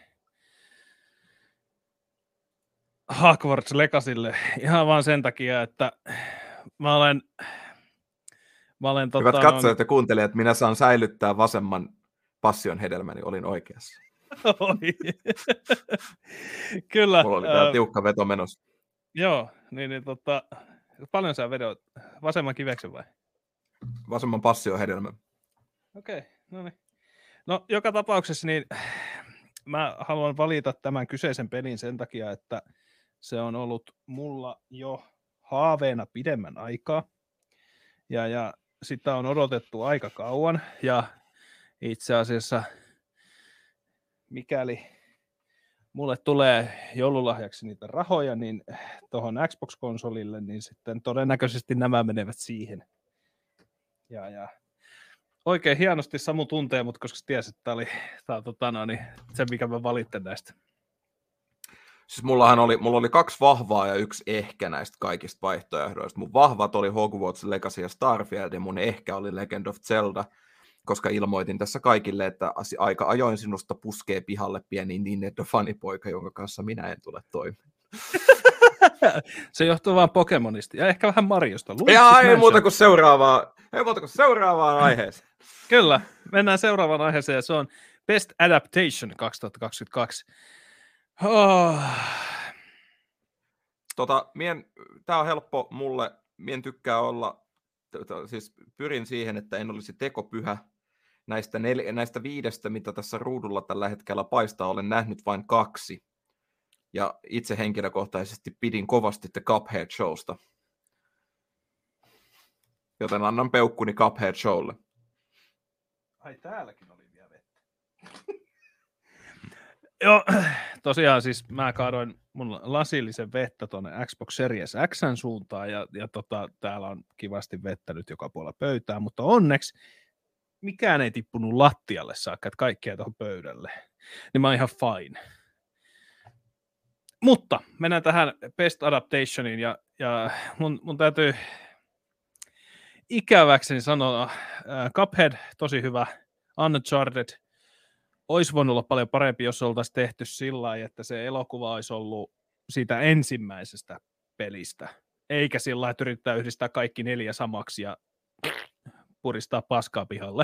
Hogwarts Legacylle ihan vaan sen takia, että mä olen... Mä olen Hyvät tota, katsojat ja kuuntelijat, minä saan säilyttää vasemman passion hedelmäni, olin oikeassa. Kyllä. Mulla oli täällä äh, tiukka veto menossa. Joo, niin, niin tota, paljon sä vedot? Vasemman kiveksen vai? Vasemman passion hedelmä. Okei, okay, no niin. No, joka tapauksessa niin mä haluan valita tämän kyseisen pelin sen takia, että se on ollut mulla jo haaveena pidemmän aikaa. Ja, ja sitä on odotettu aika kauan. Ja itse asiassa, mikäli mulle tulee joululahjaksi niitä rahoja niin tuohon Xbox-konsolille, niin sitten todennäköisesti nämä menevät siihen. Ja, ja oikein hienosti Samu tuntee, mutta koska tiesi, että tämä oli tää, tota, no, niin se, mikä mä valitsen näistä. Siis mullahan oli, mulla oli kaksi vahvaa ja yksi ehkä näistä kaikista vaihtoehdoista. Mun vahvat oli Hogwarts Legacy ja Starfield ja mun ehkä oli Legend of Zelda, koska ilmoitin tässä kaikille, että aika ajoin sinusta puskee pihalle pieni Nintendo-fanipoika, jonka kanssa minä en tule toimeen. Se johtuu vaan Pokemonista ja ehkä vähän Mariosta. Ja ei muuta kuin seuraavaan, ei muuta kuin seuraavaan aiheeseen. Kyllä, mennään seuraavaan aiheeseen ja se on Best Adaptation kaksituhattakaksikymmentäkaksi. Oh. Tota, tämä on helppo mulle, mien tykkää olla, siis pyrin siihen, että en olisi tekopyhä. Näistä, nel, näistä viidestä, mitä tässä ruudulla tällä hetkellä paistaa, olen nähnyt vain kaksi. Ja itse henkilökohtaisesti pidin kovasti The Cuphead Showsta. Joten annan peukkuni Cuphead Showlle. Ai täälläkin oli vielä vettä. Joo, tosiaan siis mä kaadoin mun lasillisen vettä tuonne Xbox Series X:n suuntaan ja, ja tota, täällä on kivasti vettä nyt joka puolella pöytää, mutta onneksi mikään ei tippunut lattialle saakka, että kaikkea tuohon pöydälle. Niin mä oon ihan fine. Mutta mennään tähän Best Adaptationiin ja, ja mun, mun täytyy ikäväkseni sanoa, äh, Cuphead tosi hyvä, Uncharted olisi voinut olla paljon parempi, jos oltaisiin tehty sillä lailla, että se elokuva olisi ollut siitä ensimmäisestä pelistä, eikä sillä lailla, että yrittää yhdistää kaikki neljä samaksi ja puristaa paskaa pihalle.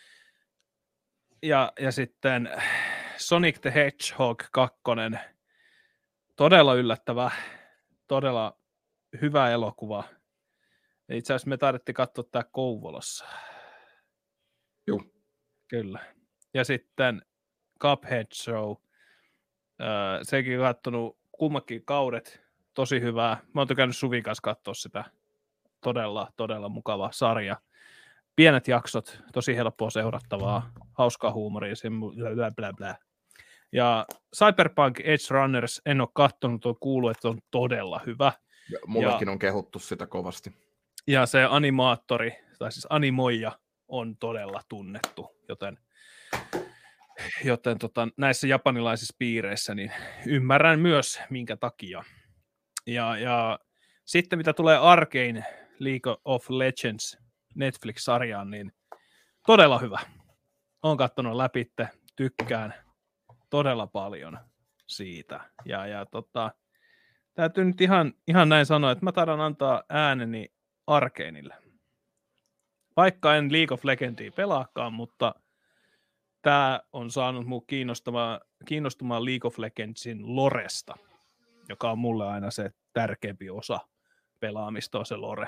Ja, ja sitten Sonic the Hedgehog kaksi, todella yllättävä, todella hyvä elokuva. Itse asiassa me taidettiin katsoa tämä Kouvolassa. Joo. Kyllä. Ja sitten Cuphead Show. Öö, sekin on katsonut kummakin kaudet. Tosi hyvää. Mä oon tykännyt Suvin kanssa katsoa sitä. Todella, todella mukava sarja. Pienet jaksot, tosi helppoa seurattavaa. Hauskaa huumoria. Blä, blä, blä. Ja Cyberpunk Edge Runners en ole katsonut, on kuullut, että on todella hyvä. Mullekin ja, on kehuttu sitä kovasti. Ja se animaattori, tai siis animoija, on todella tunnettu, joten, joten tota, näissä japanilaisissa piireissä niin ymmärrän myös, minkä takia. Ja, ja sitten mitä tulee Arcane League of Legends Netflix-sarjaan, niin todella hyvä. Olen katsonut läpi, tykkään todella paljon siitä. Ja, ja tota, täytyy nyt ihan, ihan näin sanoa, että mä taidan antaa ääneni Arcaneille. Vaikka en League of Legendia pelaakaan, mutta tämä on saanut mut kiinnostumaan, kiinnostumaan League of Legendsin loresta, joka on mulle aina se tärkeämpi osa pelaamista, on se lore.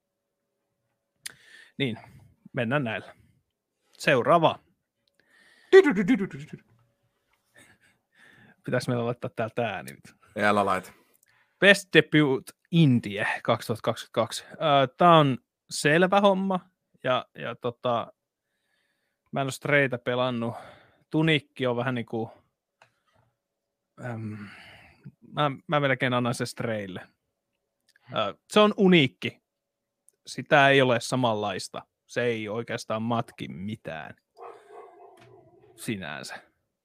Niin, mennään näillä. Seuraava. Pitäis meillä laittaa täältä ääni nyt. Älä laita. Best Debut Indie kaksituhattakaksikymmentäkaksi. Tämä on selvä homma. Ja, ja tota, mä en ole Straytä pelannut. Tunikki on vähän niin kuin... Äm, mä, mä melkein annan se Straylle. Äh, se on uniikki. Sitä ei ole samanlaista. Se ei oikeastaan matki mitään sinänsä.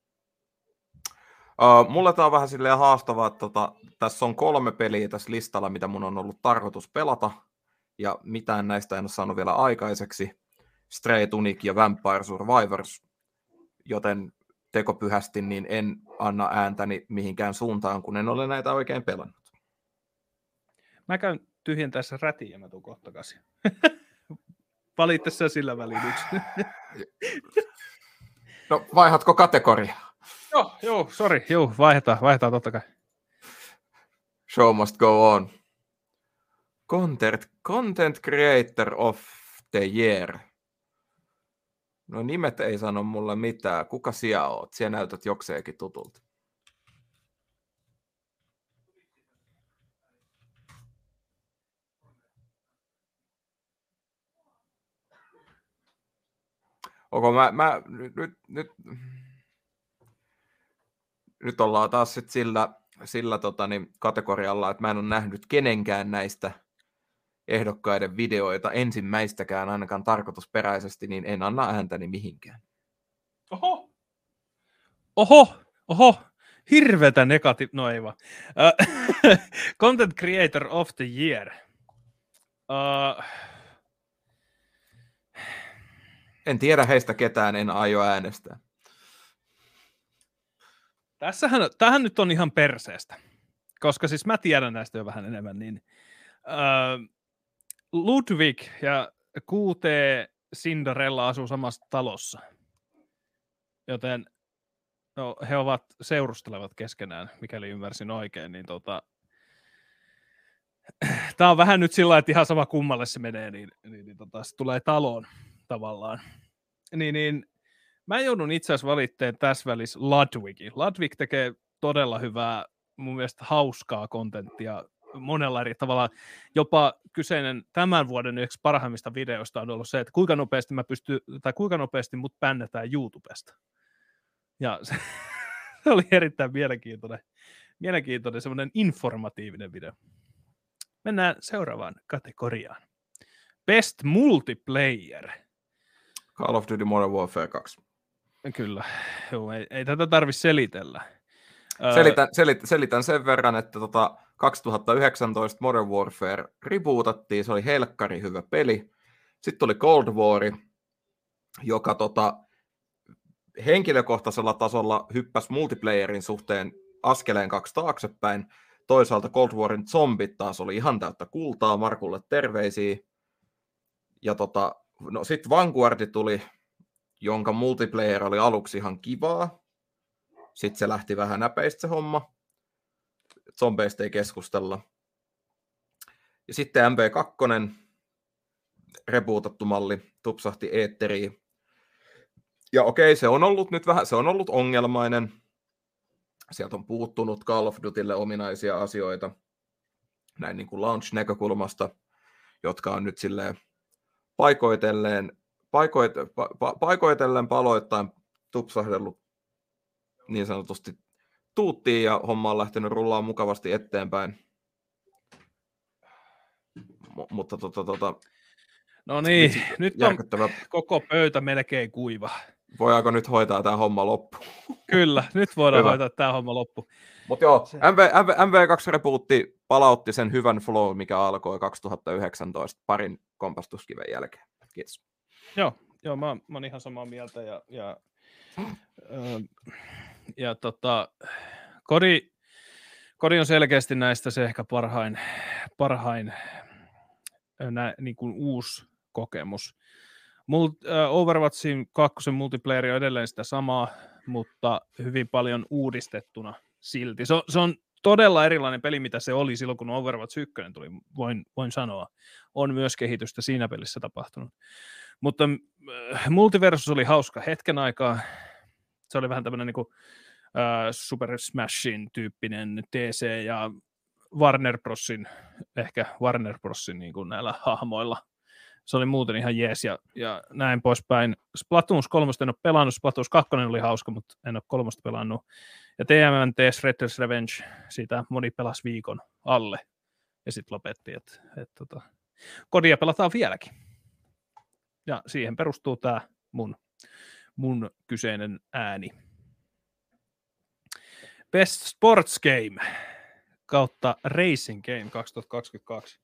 Uh, mulle tää on vähän silleen haastavaa, että tota, tässä on kolme peliä tässä listalla, mitä mun on ollut tarkoitus pelata, ja mitään näistä en ole saanut vielä aikaiseksi. Stray, Tunic ja Vampire Survivors, joten tekopyhästi niin en anna ääntäni mihinkään suuntaan, kun en ole näitä oikein pelannut. Mä käyn tyhjentää se rätin ja mä tuun kohta takaisin. Valitse sä sillä väliin yksi. No, vaihatko kategoriaa? Joo, joo, sori, joo, vaihdetaan, vaihdetaan totta kai. Show must go on. Content, content Creator of the Year. No nimet ei sano mulle mitään. Kuka sinä oot? Sinä näytät jokseenkin tutulta. Onko mä, mä nyt, nyt, nyt, nyt ollaan taas sit sillä, sillä tota, niin, kategorialla, että mä en ole nähnyt kenenkään näistä ehdokkaiden videoita ensimmäistäkään ainakaan tarkoitusperäisesti, niin en anna ääntäni mihinkään. Oho! Oho! Oho! Hirvetä negatiivista, no ei vaan. Uh, Content Creator of the Year. Uh, En tiedä heistä ketään, en aio äänestää. Tässähän, tämähän nyt on ihan perseestä, koska siis mä tiedän näistä jo vähän enemmän, niin uh, Ludwig ja Q T Cinderella asuu samassa talossa, joten no, he ovat seurustelevat keskenään, mikäli ymmärsin oikein, niin tota, tämä on vähän nyt sillä lailla, että ihan sama kummalle se menee, niin, niin, niin tota, se tulee taloon tavallaan. Niin, niin mä joudun itse asiassa valitteen tässä välissä Ludwigin. Ludwig tekee todella hyvää, mun mielestä hauskaa kontenttia monella eri tavalla. Jopa kyseinen tämän vuoden yksi parhaimmista videoista on ollut se, että kuinka nopeasti mä pystyn, tai kuinka nopeasti mut bännätään YouTubesta. Ja se, se oli erittäin mielenkiintoinen, mielenkiintoinen semmoinen informatiivinen video. Mennään seuraavaan kategoriaan. Best Multiplayer. Call of Duty Modern Warfare kaksi. Kyllä, joo, ei, ei tätä tarvitse selitellä. Selitän, selit, selitän sen verran, että tota kaksituhattayhdeksäntoista Modern Warfare rebootattiin, se oli helkkari hyvä peli. Sitten tuli Cold War, joka tota, henkilökohtaisella tasolla hyppäsi multiplayerin suhteen askeleen kaksi taaksepäin. Toisaalta Cold Warin zombit taas oli ihan täyttä kultaa, Markulle terveisiä. Ja tota, no sitten Vanguardi tuli, jonka multiplayer oli aluksi ihan kivaa. Sitten se lähti vähän näpeistä se homma. Zombeista ei keskustella. Ja sitten M V kaksi, rebootattu malli, tupsahti eetteriin. Ja okei, se on ollut nyt vähän, se on ollut ongelmainen. Sieltä on puuttunut Call of Dutylle ominaisia asioita, näin niin kuin launch-näkökulmasta, jotka on nyt silleen paikoitelleen, paikoit, pa, pa, paikoitellen paloittain tupsahdellut niin sanotusti tuuttiin ja homma on lähtenyt rullaamaan mukavasti eteenpäin. M- mutta tota, tota, no niin, nyt on järkyttävä. Koko pöytä melkein kuiva. Voidaanko nyt hoitaa tämä homma loppu? Kyllä, nyt voidaan hoitaa tämä homma loppu. Mutta joo, se... M V, M V, M V kaksi Rebootti palautti sen hyvän flow, mikä alkoi kaksituhattayhdeksäntoista parin kompastuskiven jälkeen. Kiitos. Joo, joo mä, mä oon ihan samaa mieltä. Ja, ja, äh, ja tota, kodi, kodi on selkeästi näistä se ehkä parhain, parhain nä, niin kuin uusi kokemus. Mult, äh, Overwatchin kakkosen multiplayer on edelleen sitä samaa, mutta hyvin paljon uudistettuna silti. Se on, se on todella erilainen peli, mitä se oli silloin, kun Overwatch yksi tuli, voin, voin sanoa. On myös kehitystä siinä pelissä tapahtunut. Mutta äh, Multiversus oli hauska hetken aikaa. Se oli vähän tämmöinen niin kuin, äh, Super Smashin tyyppinen D C ja Warner Brosin, ehkä Warner Brosin niin kuin näillä hahmoilla. Se oli muuten ihan jees ja, ja näin poispäin. Splatoon kolme en ole pelannut, Splatoon kaksi oli hauska, mutta en ole kolmosta pelannut. Ja T M N T Shredder's Revenge, siitä moni pelasi viikon alle ja sitten lopetti, että et, tota, kodia pelataan vieläkin. Ja siihen perustuu tämä mun, mun kyseinen ääni. Best Sports Game kautta Racing Game kaksituhattakaksikymmentäkaksi.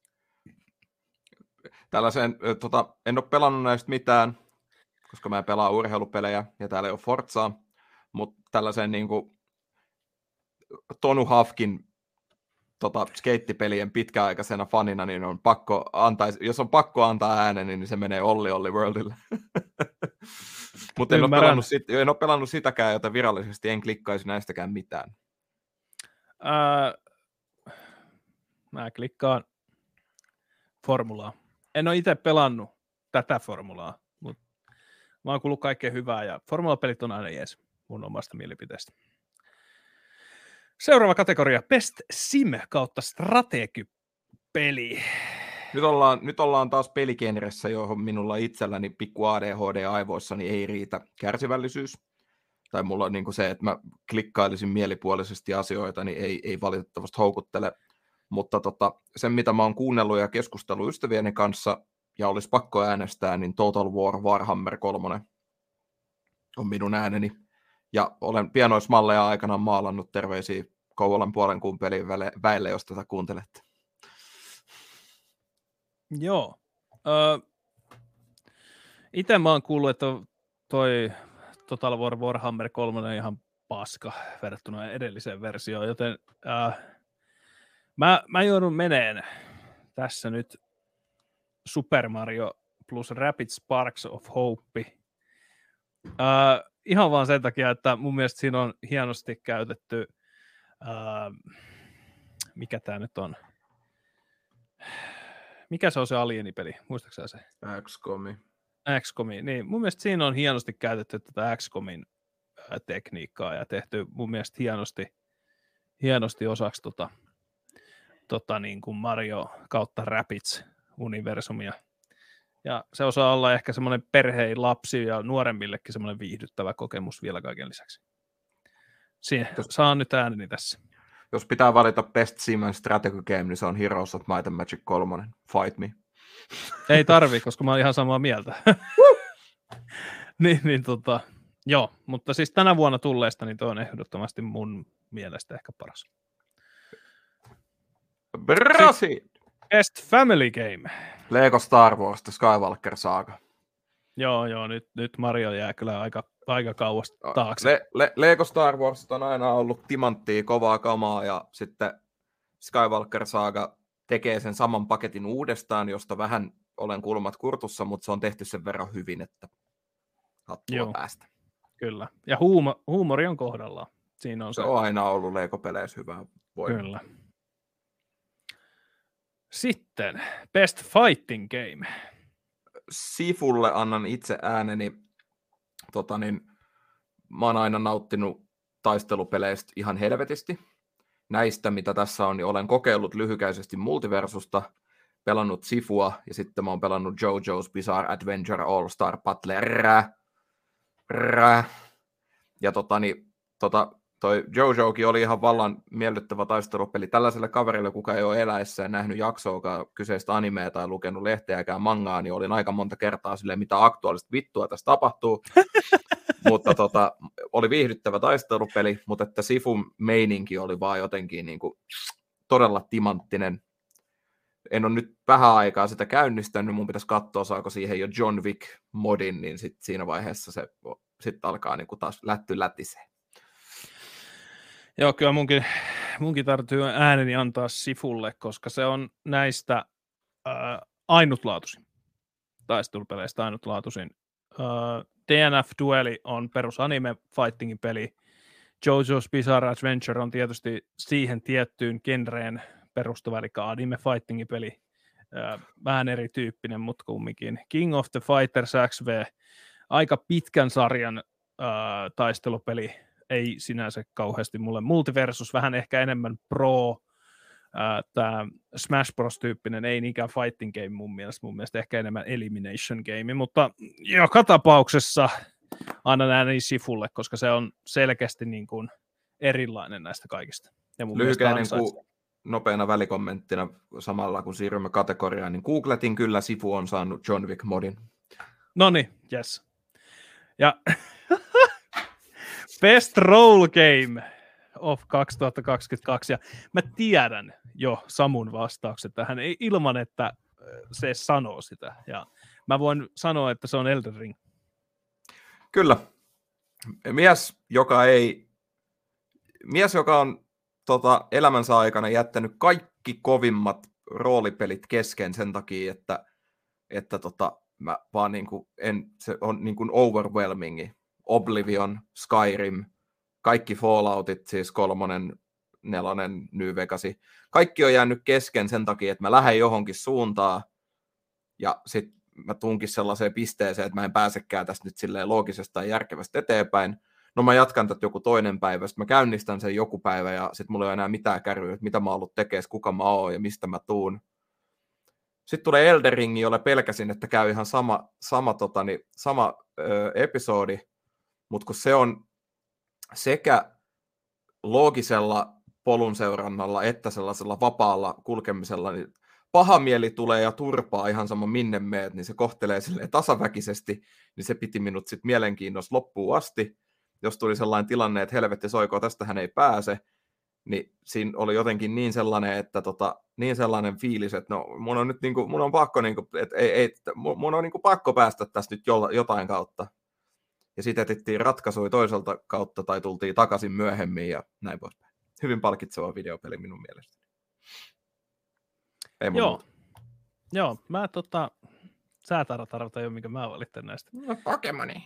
Tällaiseen, tota, en ole pelannut näistä mitään, koska mä en pelaa urheilupelejä ja täällä ei ole Forzaa, mutta tällaiseen niin kuin Tonu Hafkin tota, skeittipelien pitkäaikaisena fanina, niin on pakko antaa, jos on pakko antaa äänen, niin se menee Olli Olli Worldille. Mutta en, sit, en ole pelannut sitäkään, jota virallisesti en klikkaisi näistäkään mitään. Ää, mä klikkaan formulaa. En ole itse pelannut tätä formulaa, mutta mä oon kuullut kaikkea hyvää ja formulapelit on aina jees mun omasta mielipiteestä. Seuraava kategoria, Best Sim kautta strategipeli. Nyt ollaan, nyt ollaan taas peligenressä, johon minulla itselläni pikku A D H D aivoissani ei riitä kärsivällisyys. Tai mulla on niin kuin se, että mä klikkailisin mielipuolisesti asioita, niin ei, ei valitettavasti houkuttele. Mutta tota, sen, mitä mä oon kuunnellut ja keskustellut ystävieni kanssa, ja olisi pakko äänestää, niin Total War Warhammer kolme on minun ääneni. Ja olen pienoismalleja aikanaan maalannut, terveisiä Kouvolan puolen kuun pelin väille, jos tätä kuuntelette. Joo. Ö, itse mä oon kuullut, että toi Total War Warhammer kolme on ihan paska verrattuna edelliseen versioon, joten äh, mä, mä joudun meneen tässä nyt Super Mario plus Rapid Sparks of Hope. Äh, ihan vaan sen takia, että mun mielestä siinä on hienosti käytetty, äh, mikä tää nyt on? Mikä se on se alienipeli? Muistaaksä se? X COM. X COM, niin mun mielestä siinä on hienosti käytetty tätä X COMin tekniikkaa ja tehty mun mielestä hienosti, hienosti osaksi tota, tota niin kuin Mario kautta Rabbids universumia. Ja se osaa olla ehkä semmoinen perheen lapsi ja nuoremmillekin semmoinen viihdyttävä kokemus vielä kaiken lisäksi. Siinä saan nyt ääneni tässä. Jos pitää valita Best Sim and Strategy Game, niin se on Heroes of Might and Magic kolme. Fight me. Ei tarvi, koska mä oon ihan samaa mieltä. niin, niin tota, joo, mutta siis tänä vuonna tulleesta, niin toi on ehdottomasti mun mielestä ehkä paras. Brasil! Best Family Game. Lego Star Wars, The Skywalker Saga. Joo, joo, nyt, nyt Mario jää kyllä aika, aika kauas taakse. Le, Le, Lego Star Wars on aina ollut timanttia, kovaa kamaa, ja sitten Skywalker Saga tekee sen saman paketin uudestaan, josta vähän olen kulmat kurtussa, mutta se on tehty sen verran hyvin, että hattua joo. Päästä. Kyllä, ja huumo, huumori on kohdallaan. Siinä on se, se on aina ollut Lego-peleissä hyvää voimaa. Kyllä. Sitten Best Fighting Game. Sifulle annan itse ääneni. Tota niin, mä oon aina nauttinut taistelupeleistä ihan helvetisti. Näistä, mitä tässä on, niin olen kokeillut lyhykäisesti Multiversusta, pelannut Sifua, ja sitten mä oon pelannut JoJo's Bizarre Adventure All-Star Battle. Rää. Rää. Ja tota, niin, tota, toi JoJokin oli ihan vallan miellyttävä taistelupeli tällaiselle kaverille, kuka ei ole eläessään nähnyt jaksoakaan kyseistä animea tai lukenut lehteäkään mangaa, niin olin aika monta kertaa silleen, mitä aktuaalista vittua tässä tapahtuu. Mutta tota, oli viihdyttävä taistelupeli, mutta että Sifun meininki oli vaan jotenkin niin kuin todella timanttinen. En ole nyt vähän aikaa sitä käynnistänyt, mun pitäisi katsoa, saako siihen jo John Wick-modin, niin sit siinä vaiheessa se sitten alkaa niin kuin taas lätty lätisee. Joo, kyllä munkin, munkin tarvitsee ääneni antaa Sifulle, koska se on näistä ää, ainutlaatuisin taistelupeleistä ainutlaatuisin. Ää, D N F Dueli on perus anime fightingin peli. JoJo's Bizarre Adventure on tietysti siihen tiettyyn genreen perustuva, eli anime fightingin peli. Ää, vähän erityyppinen, mutta kumminkin. King of the Fighters X V, aika pitkän sarjan ää, taistelupeli. Ei sinänsä kauheasti mulle. Multiversus vähän ehkä enemmän pro, tämä Smash Bros-tyyppinen, ei niinkään fighting game mun mielestä, mun mielestä ehkä enemmän elimination game, mutta joka tapauksessa annan ääni Sifulle, koska se on selkeästi niin kuin erilainen näistä kaikista. Lyhykäinen kuin nopeana välikommenttina samalla kun siirrymme kategoriaan, niin googletin kyllä, Sifu on saanut John Wick-modin. Noniin, yes. Ja Best Role Game of kaksituhattakaksikymmentäkaksi, ja mä tiedän jo Samun vastaukset tähän ilman, että se sanoo sitä, ja mä voin sanoa, että se on Elden Ring. Kyllä. Mies, joka ei, mies, joka on tota, elämänsä aikana jättänyt kaikki kovimmat roolipelit kesken sen takia, että, että tota, mä vaan niin kuin en, se on niin kuin overwhelmingi. Oblivion, Skyrim, kaikki Falloutit, siis kolmonen, nelonen, New Vegasi, kaikki on jäänyt kesken sen takia, että mä lähden johonkin suuntaan, ja sitten mä tunkin sellaiseen pisteeseen, että mä en pääsekään tästä nyt silleen loogisesta tai järkevästi eteenpäin. No mä jatkan tätä joku toinen päivä, sitten mä käynnistän sen joku päivä, ja sitten mulla ei ole enää mitään kärryä, että mitä mä oon ollut tekemään, kuka mä oon ja mistä mä tuun. Sitten tulee Elden Ring, jolle pelkäsin, että käy ihan sama, sama, totani, sama ö, episodi, mutta kun se on sekä loogisella polun seurannalla että sellaisella vapaalla kulkemisella, niin paha mieli tulee ja turpaa ihan sama minne meet, niin se kohtelee silleen tasaväkisesti, niin se piti minut sitten mielenkiinnossa loppuun asti. Jos tuli sellainen tilanne, että helvetti soiko, tästä hän ei pääse, niin siinä oli jotenkin niin sellainen, että tota, niin sellainen fiilis, että no mun on nyt niinku, mun on pakko niinku, että ei, ei, mun on niinku pakko päästä tästä nyt jotain kautta. Ja sitten etittiin ratkaisuja toiselta kautta tai tultiin takaisin myöhemmin ja näin poispäin. Hyvin palkitseva videopeli minun mielestäni. Ei Joo. Joo, mä tota, sä tarvita arvata jo, minkä mä valitsen näistä. No, Pokemoni.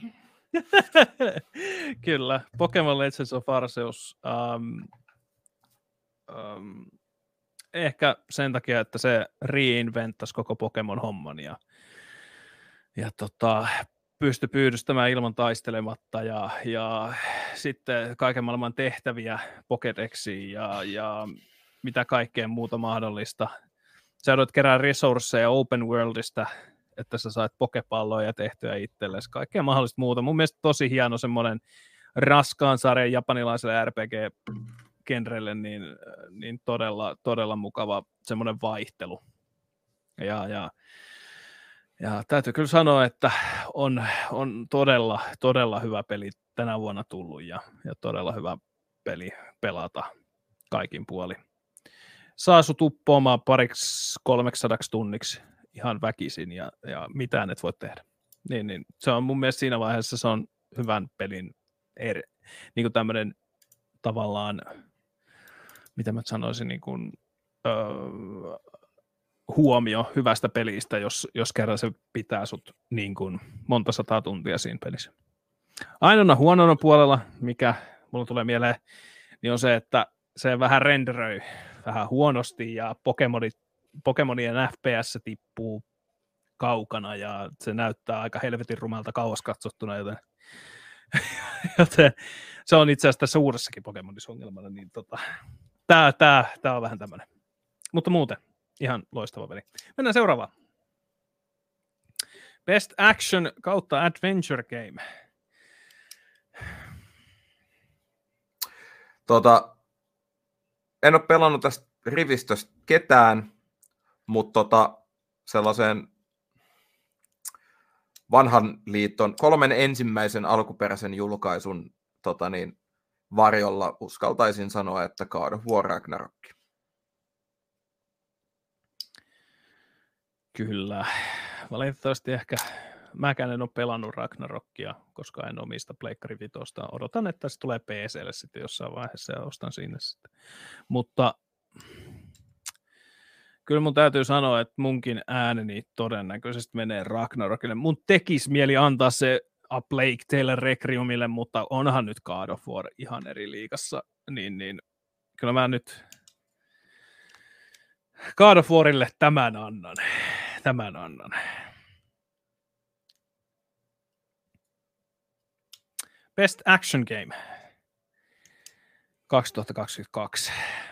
Kyllä, Pokemon Legends of Arceus. Um, um, ehkä sen takia, että se reinventtasi koko Pokemon-homman ja, ja tota, pystyi pyydystämään ilman taistelematta ja, ja sitten kaiken maailman tehtäviä Pokédexiin ja, ja mitä kaikkea muuta mahdollista. Sä joudut kerää resursseja Open Worldista, että sä sait pokepalloja tehtyä itsellesi, kaikkea mahdollista muuta. Mun mielestä tosi hieno semmoinen raskaan sarjan japanilaiselle R P G-genrelle, niin, niin todella, todella mukava semmoinen vaihtelu. Ja, ja, ja täytyy kyllä sanoa, että on, on todella, todella hyvä peli tänä vuonna tullut ja, ja todella hyvä peli pelata kaikin puolin. Saa sut uppoamaan pariksi kolmeksadaksi tunniksi ihan väkisin ja, ja mitään et voi tehdä. Niin, niin, se on mun mielestä siinä vaiheessa se on hyvän pelin eri, niin kuin tämmöinen tavallaan, mitä mä sanoisin, niin kuin, öö, huomio hyvästä pelistä, jos, jos kerran se pitää sut niin kuin monta sataa tuntia siinä pelissä. Ainoana huonona puolella, mikä mulla tulee mieleen, niin on se, että se vähän renderöi vähän huonosti ja Pokemonit, Pokemonien F P S tippuu kaukana ja se näyttää aika helvetin rumalta kauas katsottuna, joten, joten se on itse asiassa tässä uudessakin Pokemonissa ongelmana, niin tota, tää, tää, tää on vähän tämmönen. Mutta muuten ihan loistava peli. Mennään seuraavaan. Best Action kautta Adventure Game. Tota, en ole pelannut tästä rivistöstä ketään, mutta tota, sellaisen vanhan liiton kolmen ensimmäisen alkuperäisen julkaisun tota niin, varjolla uskaltaisin sanoa, että God of War Ragnarok. Kyllä. Valitettavasti ehkä mäkään en ole pelannut Ragnarokia, koska en omista Pleikkari Vitosta. Odotan, että se tulee P C:lle sitten jossain vaiheessa ja ostan sinne sitten. Mutta kyllä mun täytyy sanoa, että munkin ääneni todennäköisesti menee Ragnarokille. Mun tekisi mieli antaa se A Plague Tale Requiemille, mutta onhan nyt God of War ihan eri liigassa. Niin, niin kyllä mä nyt God of Warille tämän annan. Tämän annan. Best Action Game kaksituhattakaksikymmentäkaksi.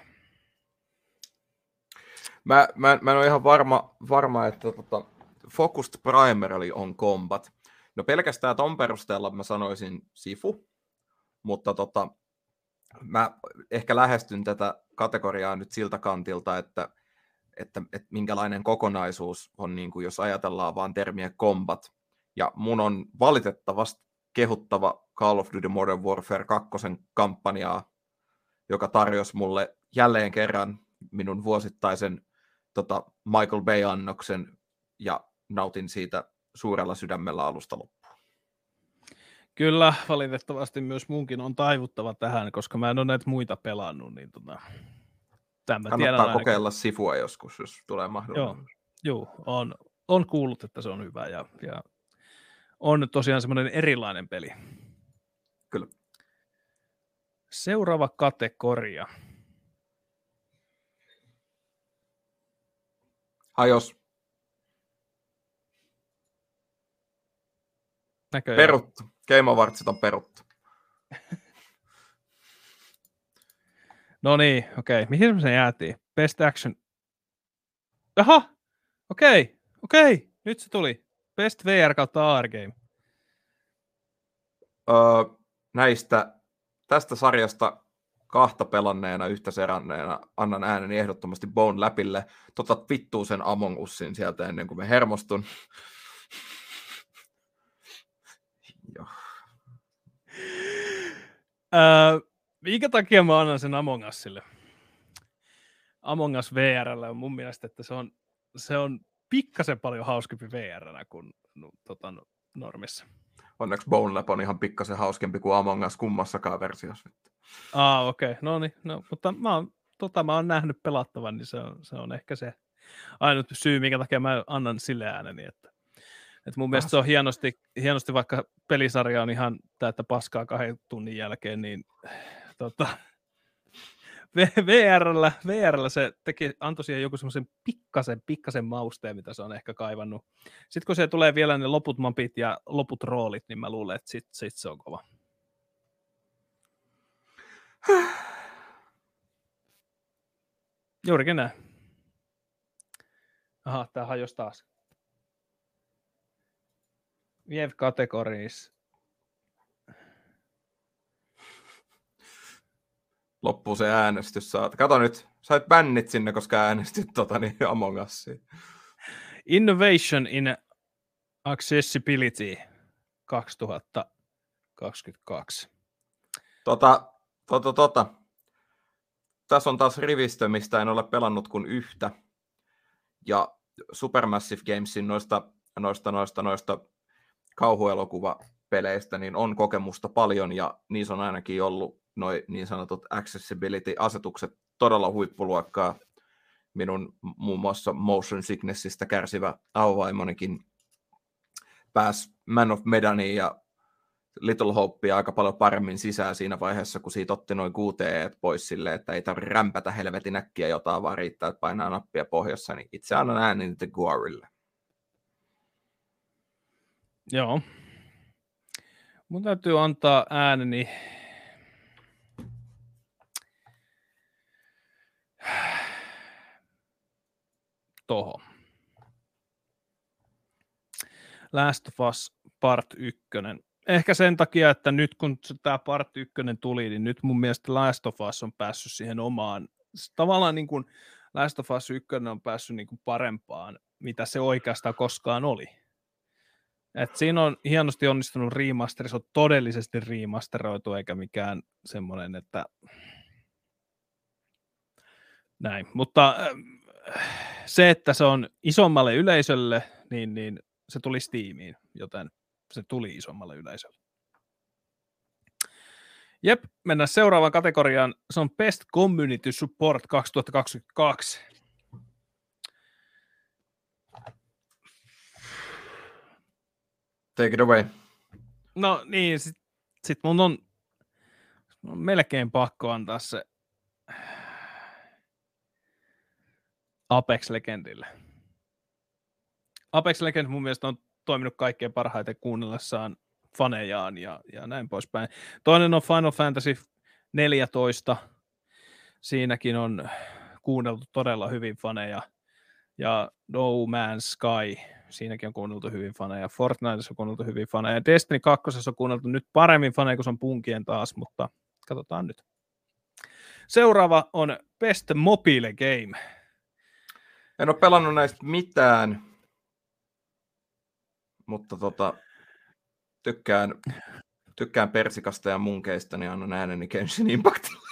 Mä, mä, mä en ole ihan varma, varma että tota, Focused Primarily on Combat. No pelkästään ton perusteella mä sanoisin Sifu, mutta tota, mä ehkä lähestyn tätä kategoriaa nyt siltä kantilta, että, että, että minkälainen kokonaisuus on, niin kuin jos ajatellaan vaan termiä Combat. Ja mun on valitettavasti kehuttava Call of Duty Modern Warfare kaksi kampanjaa, joka tarjosi mulle jälleen kerran minun vuosittaisen tota, Michael Bay-annoksen, ja nautin siitä suurella sydämellä alusta loppuun. Kyllä, valitettavasti myös munkin on taivuttava tähän, koska mä en ole näitä muita pelannut. Niin tota, kannattaa kokeilla Sifua joskus, jos tulee mahdollisuus. Joo, joo on, on kuullut, että se on hyvä, ja, ja on tosiaan semmoinen erilainen peli. Kyllä. Seuraava kategoria. Hajos. Näköjään. Peruttu. Game Awardsit on peruttu. No niin, okei. Okay. Mihin se jäätiin? Best Action. Aha! Okei, okay. okei. Okay. Nyt se tuli. Best V R kautta A R Game. Öö, näistä, tästä sarjasta kahta pelanneena, yhtä seranneena, annan ääneni ehdottomasti Bone läpille. Tota vittuu sen Among Usin sieltä ennen kuin me hermostun. Joo. Öö, minkä takia mä annan sen Among Usille? Among Us V R:llä on mun mielestä, että se on, se on pikkasen paljon hauskempi V R:nä kuin no, tota, normissa. Onneksi Bone Lab on ihan pikkasen hauskempi kuin Among Us kummassakaan versiossa. Ah, okei. Okay. No niin, no, mutta mä oon, tota mä oon nähnyt pelattavan, niin se on, se on ehkä se ainut syy, minkä takia mä annan sille ääneni. Että, että mun mielestä se on hienosti, hienosti, vaikka pelisarja on ihan täyttä paskaa kahden tunnin jälkeen, niin tota, V R:llä, V R:llä se teki, antoi siihen joku semmoisen pikkasen, pikkasen mausteen, mitä se on ehkä kaivannut. Sitten kun se tulee vielä ne loput mapit ja loput roolit, niin mä luulen, että sit, sit se on kova. Juurikin näin. Aha, tää hajosi taas. Viev-kategoriis. Loppuu se äänestys. Saat. Kato nyt, sait bännit sinne, koska äänestit tota, niin Among Usia. Innovation in Accessibility kaksituhattakaksikymmentäkaksi. Tota, tota, tota. Tässä on taas rivistö, mistä en ole pelannut kuin yhtä. Ja Supermassive Gamesin noista, noista, noista, noista kauhuelokuvapeleistä niin on kokemusta paljon, ja niissä on ainakin ollut noi niin sanotut accessibility-asetukset todella huippuluokkaa. Minun muun muassa motion sicknessistä kärsivä avovaimonikin pääsi Man of Medaniin ja Little Hopea aika paljon paremmin sisään siinä vaiheessa, kun siitä otti noin Q T E pois silleen, että ei tarvitse rämpätä helvetin äkkiä jotain, vaan riittää, että painaa nappia pohjassa, niin itse annan äänen The Guarille. Joo. Mun täytyy antaa ääneni toho. Last of Us Part yksi ehkä sen takia, että nyt kun tämä Part yksi tuli, niin nyt mun mielestä Last of Us on päässyt siihen omaan, tavallaan niin kuin Last of Us yksi on päässyt niin kuin parempaan, mitä se oikeastaan koskaan oli. Et siinä on hienosti onnistunut remasteri, se on todellisesti remasteroitu, eikä mikään semmoinen, että näin. Mutta se, että se on isommalle yleisölle, niin, niin se tuli Steamiin, joten se tuli isommalle yleisölle. Jep, mennään seuraavaan kategoriaan. Se on Best Community Support kaksituhattakaksikymmentäkaksi. Take it away. No niin, sit, sit mun on, mun on melkein pakko antaa se Apex Legendille. Apex Legends mun mielestä on toiminut kaikkein parhaiten kuunnellessaan fanejaan ja, ja näin poispäin. Toinen on Final Fantasy neljätoista. Siinäkin on kuunneltu todella hyvin faneja. Ja No Man's Sky, siinäkin on kuunneltu hyvin faneja. Fortniteissa on kuunneltu hyvin faneja. Destiny kaksi on kuunneltu nyt paremmin faneja, kun se on punkien taas, mutta katsotaan nyt. Seuraava on Best Mobile Game. En ole pelannut näistä mitään, mutta tota, tykkään, tykkään persikasta ja munkeista, niin annan ääneni Genshin Impactille.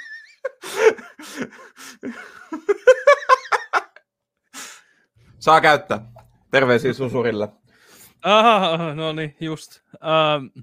Saa käyttää. Terveisiä Susurille. Aha, no niin, just. Um,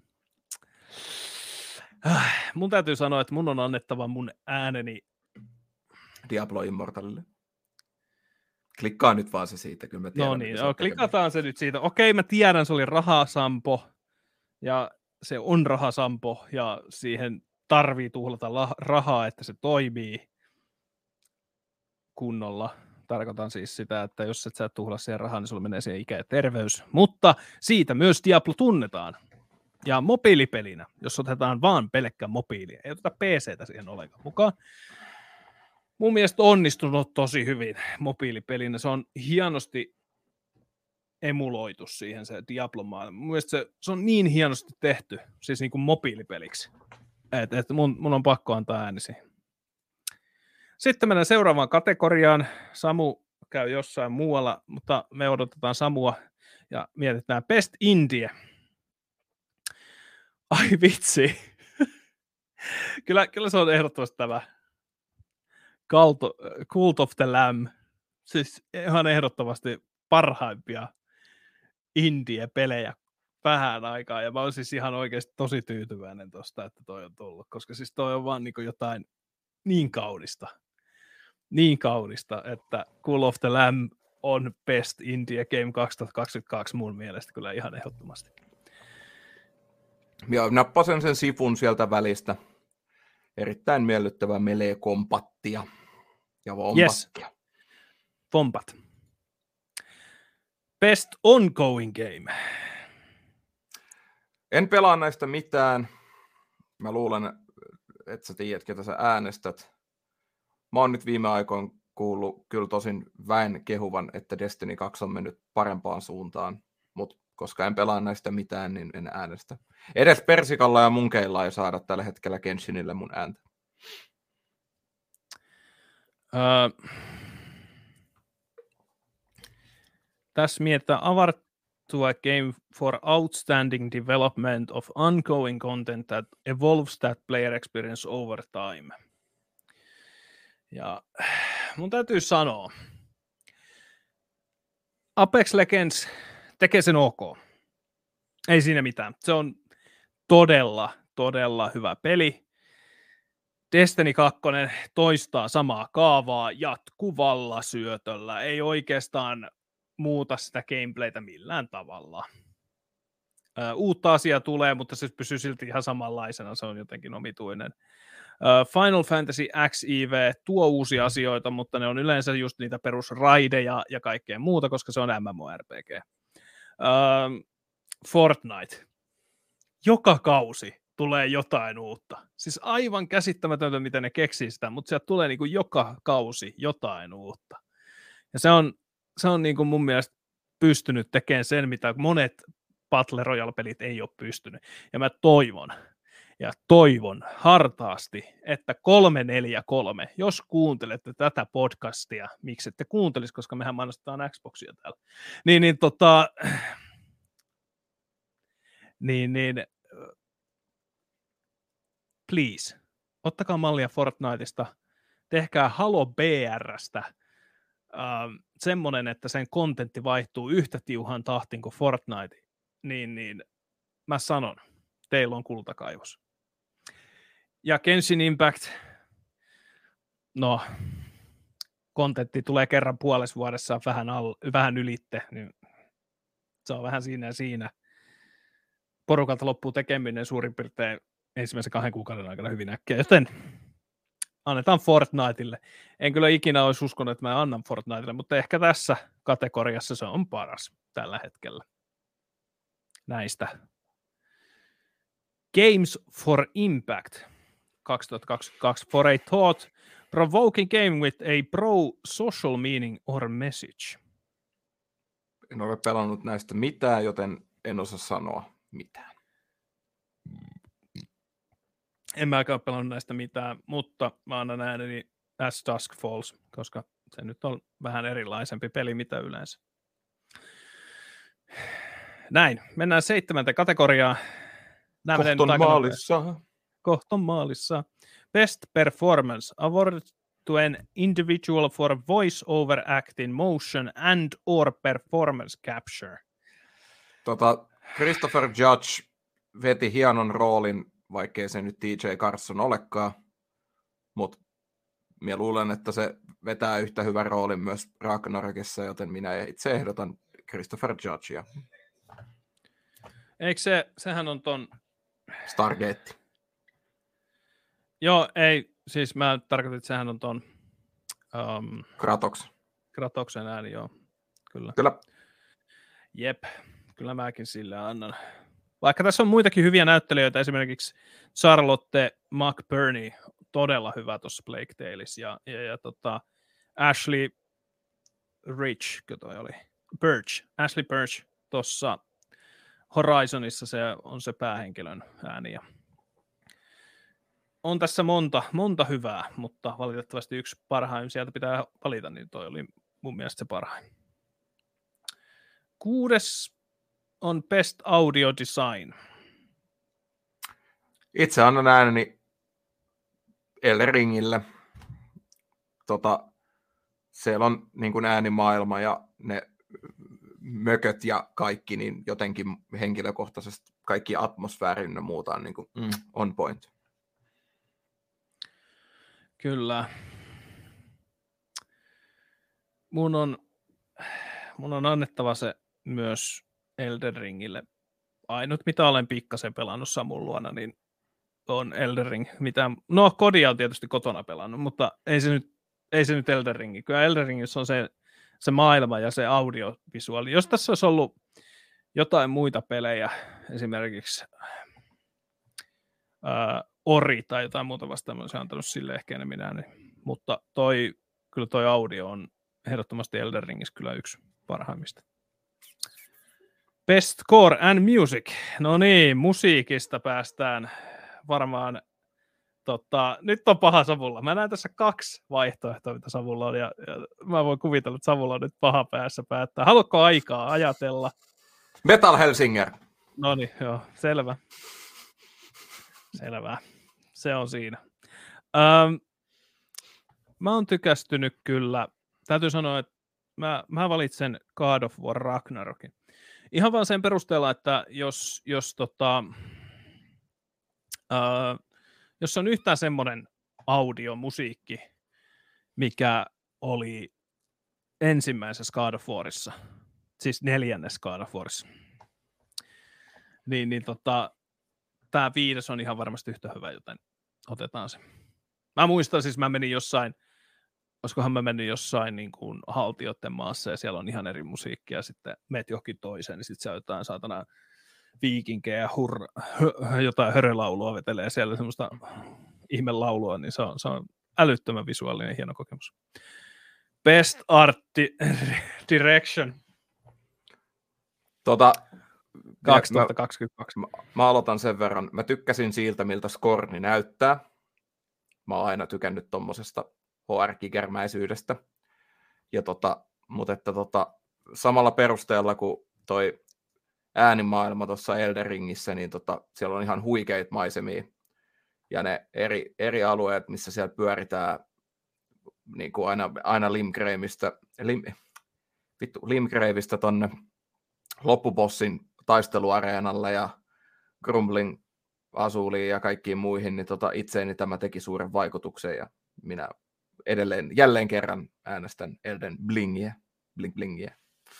äh, mun täytyy sanoa, että mun on annettava mun ääneni Diablo Immortalille. Klikkaa nyt vaan se siitä. Kyllä mä tiedän, no niin, no, klikataan se nyt siitä. Okei, mä tiedän, se oli rahasampo. Ja se on rahasampo. Ja siihen tarvii tuhlata la- rahaa, että se toimii kunnolla. Tarkoitan siis sitä, että jos et sä tuhlaa siihen rahaa, niin sulla menee siihen ikä ja terveys. Mutta siitä myös Diablo tunnetaan. Ja mobiilipelinä, jos otetaan vaan pelkkä mobiili, ei oteta P C:tä siihen ollenkaan mukaan. Mun mielestä onnistunut tosi hyvin mobiilipelinä. Se on hienosti emuloitu siihen se Diablo-maailma. Mun mielestä se, se on niin hienosti tehty, siis niin kuin mobiilipeliksi, että et mun, mun on pakko antaa ääni siihen. Sitten mennään seuraavaan kategoriaan. Samu käy jossain muualla, mutta me odotetaan Samua ja mietitään Best Indie. Ai vitsi. kyllä, kyllä se on ehdottomasti tämä Cult, Cult of the Lamb. Siis ihan ehdottomasti parhaimpia indie-pelejä vähän aikaa. Ja mä oon siis ihan oikeasti tosi tyytyväinen tosta, että toi on tullut. Koska siis toi on vaan niin kuin jotain niin kaunista. Niin kaunista, että Cult of the Lamb on Best Indie Game kaksituhattakaksikymmentäkaksi mun mielestä kyllä ihan ehdottomasti. Ja nappasen sen sifun sieltä välistä. Erittäin miellyttävää melee-kompattia ja vompattia. Yes. Vompat. Best Ongoing Game. En pelaa näistä mitään. Mä luulen, että sä tiedät, ketä sä äänestät. Mä oon nyt viime aikoina kuullut kyllä tosin väen kehuvan, että Destiny kaksi on mennyt parempaan suuntaan, mutta koska en pelaa näistä mitään, niin en äänestä. Edes persikalla ja munkeilla ei saada tällä hetkellä Genshinille mun ääntä. Uh, tässä mietitään Award to a game for outstanding development of ongoing content that evolves that player experience over time. Ja mun täytyy sanoa, Apex Legends tekee sen ok. Ei siinä mitään. Se on todella, todella hyvä peli. Destiny kaksi toistaa samaa kaavaa jatkuvalla syötöllä. Ei oikeastaan muuta sitä gameplaytä millään tavalla. Ö, uutta asiaa tulee, mutta se pysyy silti ihan samanlaisena. Se on jotenkin omituinen. Final Fantasy X I V tuo uusia asioita, mutta ne on yleensä just niitä perusraideja ja kaikkea muuta, koska se on MMORPG. Uh, Fortnite. Joka kausi tulee jotain uutta. Siis aivan käsittämätöntä, miten ne keksii sitä, mutta sieltä tulee niinku joka kausi jotain uutta. Ja se on, se on niinku mun mielestä pystynyt tekemään sen, mitä monet Battle Royale-pelit ei ole pystynyt. Ja mä toivon, ja toivon hartaasti, että kolme neljä kolme, jos kuuntelette tätä podcastia, miksi ette kuuntelisi, koska mehän mainostetaan Xboxia täällä, niin, niin tota, niin, niin, please, ottakaa mallia Fortniteista, tehkää Halo B R:stä äh, semmoinen, että sen kontentti vaihtuu yhtä tiuhaan tahtiin kuin Fortnite, niin, niin mä sanon, teillä on kultakaivos. Ja Genshin Impact, no, kontentti tulee kerran puolessa vuodessa vähän, al, vähän ylitte, niin se on vähän siinä ja siinä. Porukalta loppuu tekeminen suurin piirtein ensimmäisen kahden kuukauden aikana hyvin äkkiä, joten annetaan Fortniteille. En kyllä ikinä olisi uskonut, että mä annan Fortniteille, mutta ehkä tässä kategoriassa se on paras tällä hetkellä näistä. Games for Impact kaksituhattakaksikymmentäkaksi for a thought provoking game with a pro-social meaning or message. En ole pelannut näistä mitään, joten en osaa sanoa mitään. En mäkään ole pelannut näistä mitään, mutta mä annan ääneni As Dusk Falls, koska se nyt on vähän erilaisempi peli mitä yleensä. Näin, mennään seitsemänteen kategoriaan. Kohton maalissa. Kohton maalissa. Best Performance Award to an individual for voice over acting, motion and or performance capture. Tota, Christopher Judge veti hienon roolin, vaikkei se nyt T J Carson olekaan, mutta minä luulen, että se vetää yhtä hyvän roolin myös Ragnarokissa, joten minä itse ehdotan Christopher Judgea. Eikö se, sehän on ton... Stargate. Joo, ei, siis mä tarkoitin, että sehän on ton... Um, Kratoks. Kratoksen ääni, joo, kyllä. Kyllä. Jep, kyllä mäkin sille annan. Vaikka tässä on muitakin hyviä näyttelijöitä, esimerkiksi Charlotte McBurney, todella hyvä tuossa Plague Tales, ja, ja, ja tota, Ashley Rich, toi oli, Birch, Ashley Birch tuossa Horizonissa se on se päähenkilön ääni. Ja on tässä monta, monta hyvää, mutta valitettavasti yksi parhain sieltä pitää valita, niin toi oli mun mielestä se parhain. Kuudes on Best Audio Design. Itse annan ääneni Elden Ringille. Tota, siellä on niin kuin äänimaailma ja ne mököt ja kaikki, niin jotenkin henkilökohtaisesti kaikki atmosfäärin ja muuta on niin kuin, mm, on point. Kyllä. Mun on, mun on annettava se myös Elden Ringille. Ainut, mitä olen pikkasen pelannut Samun luona, niin on Elden Ring. Mitä, no, kodia on tietysti kotona pelannut, mutta ei se nyt, ei se nyt Elden Ringi. Kyllä Elden Ringissä on se, se maailma ja se audiovisuaali. Jos tässä olisi ollut jotain muita pelejä, esimerkiksi ää, Ori tai jotain muuta vastaan, olisi antanut sille ehkä enemmän ääni. Mutta toi, kyllä toi audio on ehdottomasti Elden Ringissä kyllä yksi parhaimmista. Best Score and Music. No niin, musiikista päästään varmaan, tota, nyt on paha Savulla. Mä näen tässä kaksi vaihtoehtoa, mitä Savulla on, ja, ja mä voin kuvitella, että Savulla on nyt paha päässä päättää. Haluatko aikaa ajatella? Metal Helsinger. No niin, joo, selvä. Selvä. Se on siinä. Öm, mä oon tykästynyt kyllä, täytyy sanoa, että mä, mä valitsen God of War Ragnarokin. Ihan vaan sen perusteella, että jos, jos, tota, ää, jos on yhtään semmoinen audiomusiikki, mikä oli ensimmäisessä God of Warissa, siis neljännes God of Warissa, niin, niin tota, tämä viides on ihan varmasti yhtä hyvä, joten otetaan se. Mä muistan siis, mä menin jossain, olisikohan mä mennyt jossain niin kuin haltijoiden maassa ja siellä on ihan eri musiikkia ja sitten meet johonkin toiseen, niin sitten se on jotain saatana viikinkejä ja hur, hö, jotain hörölaulua vetelee siellä semmoista ihmelaulua, niin se on, se on älyttömän visuaalinen hieno kokemus. Best Art di- Direction. Tota, kaksituhattakaksikymmentäkaksi. Mä, mä, mä aloitan sen verran. Mä tykkäsin siltä, miltä Scorni näyttää. Mä oon aina tykännyt tommosesta H R-kikärmäisyydestä. Ja tota, mutta että tota, samalla perusteella kuin toi äänimaailma tuossa Elden Ringissä, niin tota, siellä on ihan huikeita maisemia. Ja ne eri, eri alueet, missä siellä pyöritään niin kuin aina, aina Limgraveista, lim, vittu, Limgraveista tonne loppubossin taisteluareenalle ja Grumbling asuuliin ja kaikkiin muihin, niin tota, itseeni tämä teki suuren vaikutuksen ja minä edelleen jälleen kerran äänestän Elden Blingiä. Bling Blingiä.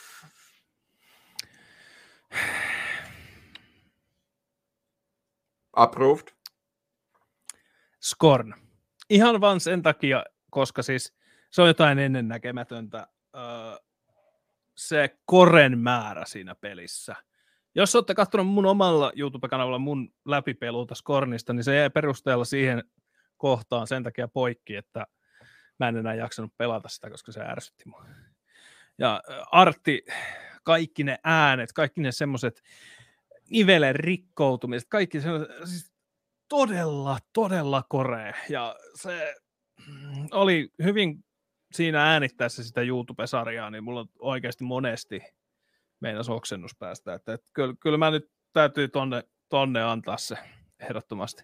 Approved. Scorn. Ihan vaan sen takia, koska siis se on jotain ennennäkemätöntä. Öö, se koren määrä siinä pelissä. Jos olette katsonut mun omalla YouTube-kanavalla mun läpipeluuta Scornista, niin se jäi perusteella siihen kohtaan sen takia poikki, että mä en enää jaksanut pelata sitä, koska se ärsytti mua. Ja artti, kaikki ne äänet, kaikki ne semmoiset nivelen rikkoutumiset, kaikki sellaiset, siis todella, todella korea. Ja se oli hyvin siinä äänittäessä sitä YouTube-sarjaa, niin mulla oikeasti monesti meinas oksennus päästä. Että, että kyllä, kyllä mä nyt täytyy tonne, tonne antaa se ehdottomasti.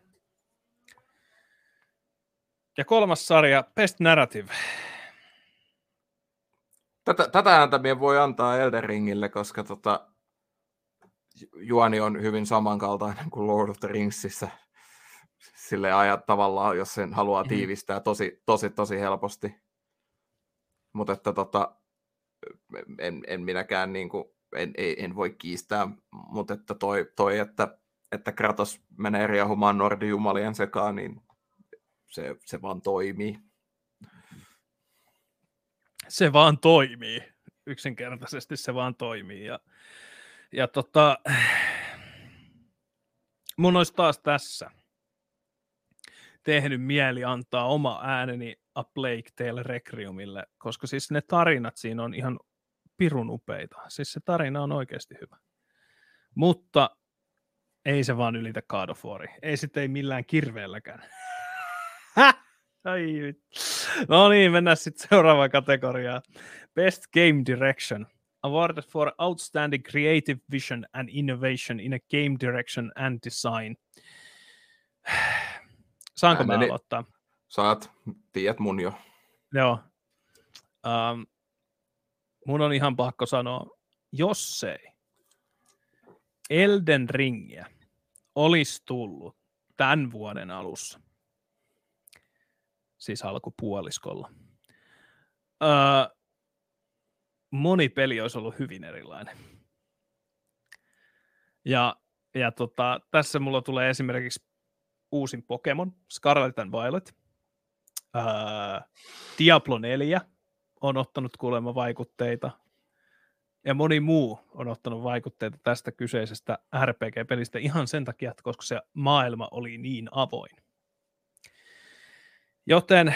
Ja kolmas sarja, Best Narrative. Tätä, tätä ääntä minä voi antaa Elden Ringille, koska tota, juoni on hyvin samankaltainen kuin Lord of the Ringsissä. Sille ajat tavallaan, jos sen haluaa tiivistää tosi, tosi, tosi helposti. Mutta että tota, en, en minäkään niinku, en, en voi kiistää, mutta että toi, toi että, että Kratos menee riehumaan nordijumalien sekaan, niin se, se vaan toimii. Se vaan toimii. Yksinkertaisesti se vaan toimii. Ja, ja tota, mun olisi taas tässä tehnyt mieli antaa oma ääneni A Plague Tale Requiemille, koska siis ne tarinat siinä on ihan pirun upeita. Siis se tarina on oikeasti hyvä. Mutta ei se vaan ylitä God of War. Ei sitten ei millään kirveelläkään. Ai, no niin, mennään sitten seuraavaan kategoriaan. Best Game Direction. Awarded for Outstanding Creative Vision and Innovation in a Game Direction and Design. Saanko mä aloittaa? Saat, tiedät mun jo. Joo. Um, mun on ihan pakko sanoa, jos ei Elden Ringiä olisi tullut tämän vuoden alussa, siis alkupuoliskolla, uh, moni peli olisi ollut hyvin erilainen. Ja, ja tota, tässä mulla tulee esimerkiksi uusin Pokemon, Scarlet and Violet. Uh, Diablo neljä on ottanut kuulemma vaikutteita. Ja moni muu on ottanut vaikutteita tästä kyseisestä R P G-pelistä ihan sen takia, että koska se maailma oli niin avoin. Joten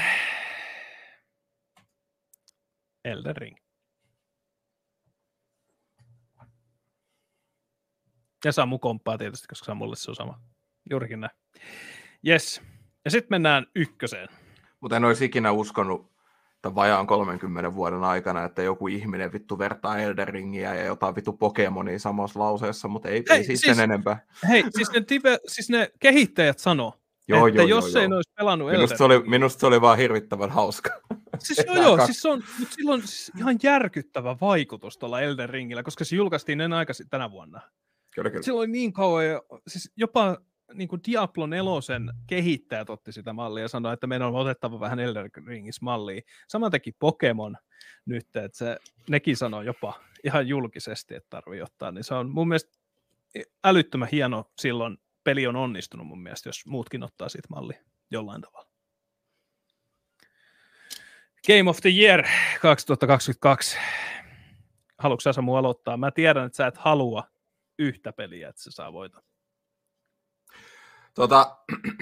Elden Ring. Ja Samu komppaa tietysti, koska Samulle se on sama. Juurikin näin. Yes. Ja sitten mennään ykköseen. Mutta en olisi ikinä uskonut tämän vajaan kolmenkymmenen vuoden aikana, että joku ihminen vittu vertaa Elden Ringiä ja jotain vittu Pokemonia samassa lauseessa, mutta ei, hei, ei siitä siis, enempää. Hei, siis ne, tive, siis ne kehittäjät sanoo, joo, että joo, jos joo, ei ne olisi pelannut Elden minusta, oli, minusta se oli vaan hirvittävän hauska. Siis joo, joo siis on, mutta sillä on siis ihan järkyttävä vaikutus tuolla Elden Ringillä, koska se julkaistiin ennen aikaisin tänä vuonna. Kyllä, kyllä. Silloin niin kauan, siis jopa niin kuin Diablo nelosen kehittäjät otti sitä mallia ja sanoi, että meidän on otettava vähän Elden Ringissä mallia. Sama teki Pokemon nyt, että se, nekin sanoo jopa ihan julkisesti, että tarvii ottaa. Niin se on mun mielestä älyttömän hieno silloin peli on onnistunut mun mielestä, jos muutkin ottaa siitä mallia jollain tavalla. Game of the Year kaksituhattakaksikymmentäkaksi. Haluatko sä Samu aloittaa? Mä tiedän, että sä et halua yhtä peliä, että se saa voiton. Tota,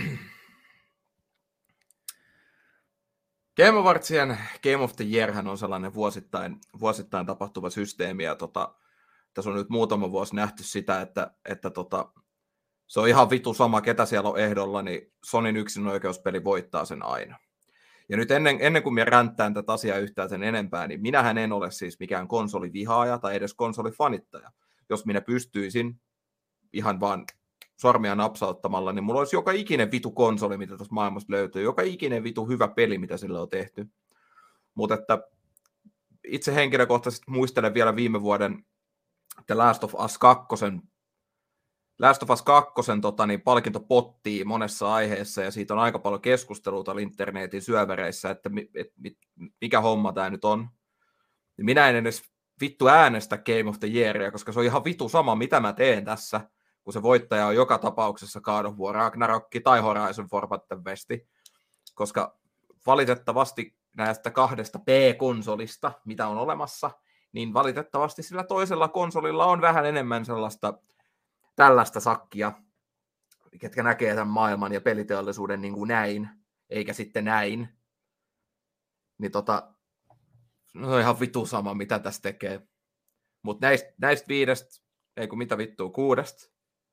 Game Awardsien Game of the Yearhän on sellainen vuosittain, vuosittain tapahtuva systeemi, ja tota, tässä on nyt muutama vuosi nähty sitä, että, että tota, se on ihan vitu sama, ketä siellä on ehdolla, niin Sonyn yksinoikeuspeli voittaa sen aina. Ja nyt ennen, ennen kuin minä ränttään tätä asiaa yhtään sen enempää, niin minähän en ole siis mikään konsolivihaaja tai edes konsolifanittaja. Jos minä pystyisin ihan vaan sormia napsauttamalla, niin mulla olisi joka ikinen vitu konsoli, mitä tuossa maailmassa löytyy, joka ikinen vitu hyvä peli, mitä sillä on tehty. Mutta että itse henkilökohtaisesti muistelen vielä viime vuoden The Last of Us kaksi Last of Us kaksi tota, niin palkintopottiin monessa aiheessa, ja siitä on aika paljon keskustelua täällä internetin syövereissä, että mi, et, mi, mikä homma tämä nyt on. Minä en edes vittu äänestä Game of the Yearia, koska se on ihan vittu sama, mitä mä teen tässä, kun se voittaja on joka tapauksessa God of War, Ragnarok tai Horizon Forbidden West, koska valitettavasti näistä kahdesta P-konsolista, mitä on olemassa, niin valitettavasti sillä toisella konsolilla on vähän enemmän sellaista tällaista sakkia, ketkä näkee tämän maailman ja peliteollisuuden niin kuin näin, eikä sitten näin. Niin tota, no on ihan vitu sama, mitä tässä tekee. Mutta näistä, näistä viidestä, ei kun mitä vittua, kuudesta,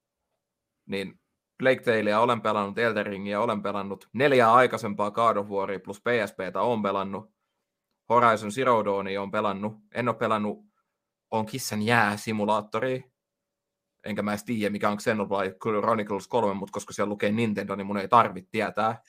niin Plague Taleia olen pelannut, Elden Ringia olen pelannut, neljää aikaisempaa God of Waria plus P S P:tä olen pelannut, Horizon Zero Dawnia olen pelannut, en ole pelannut, on kissan jää-simulaattoria, enkä mä edes tiedä, mikä on Xenoblade Chronicles kolme, mutta koska siellä lukee Nintendo, niin mun ei tarvitse tietää.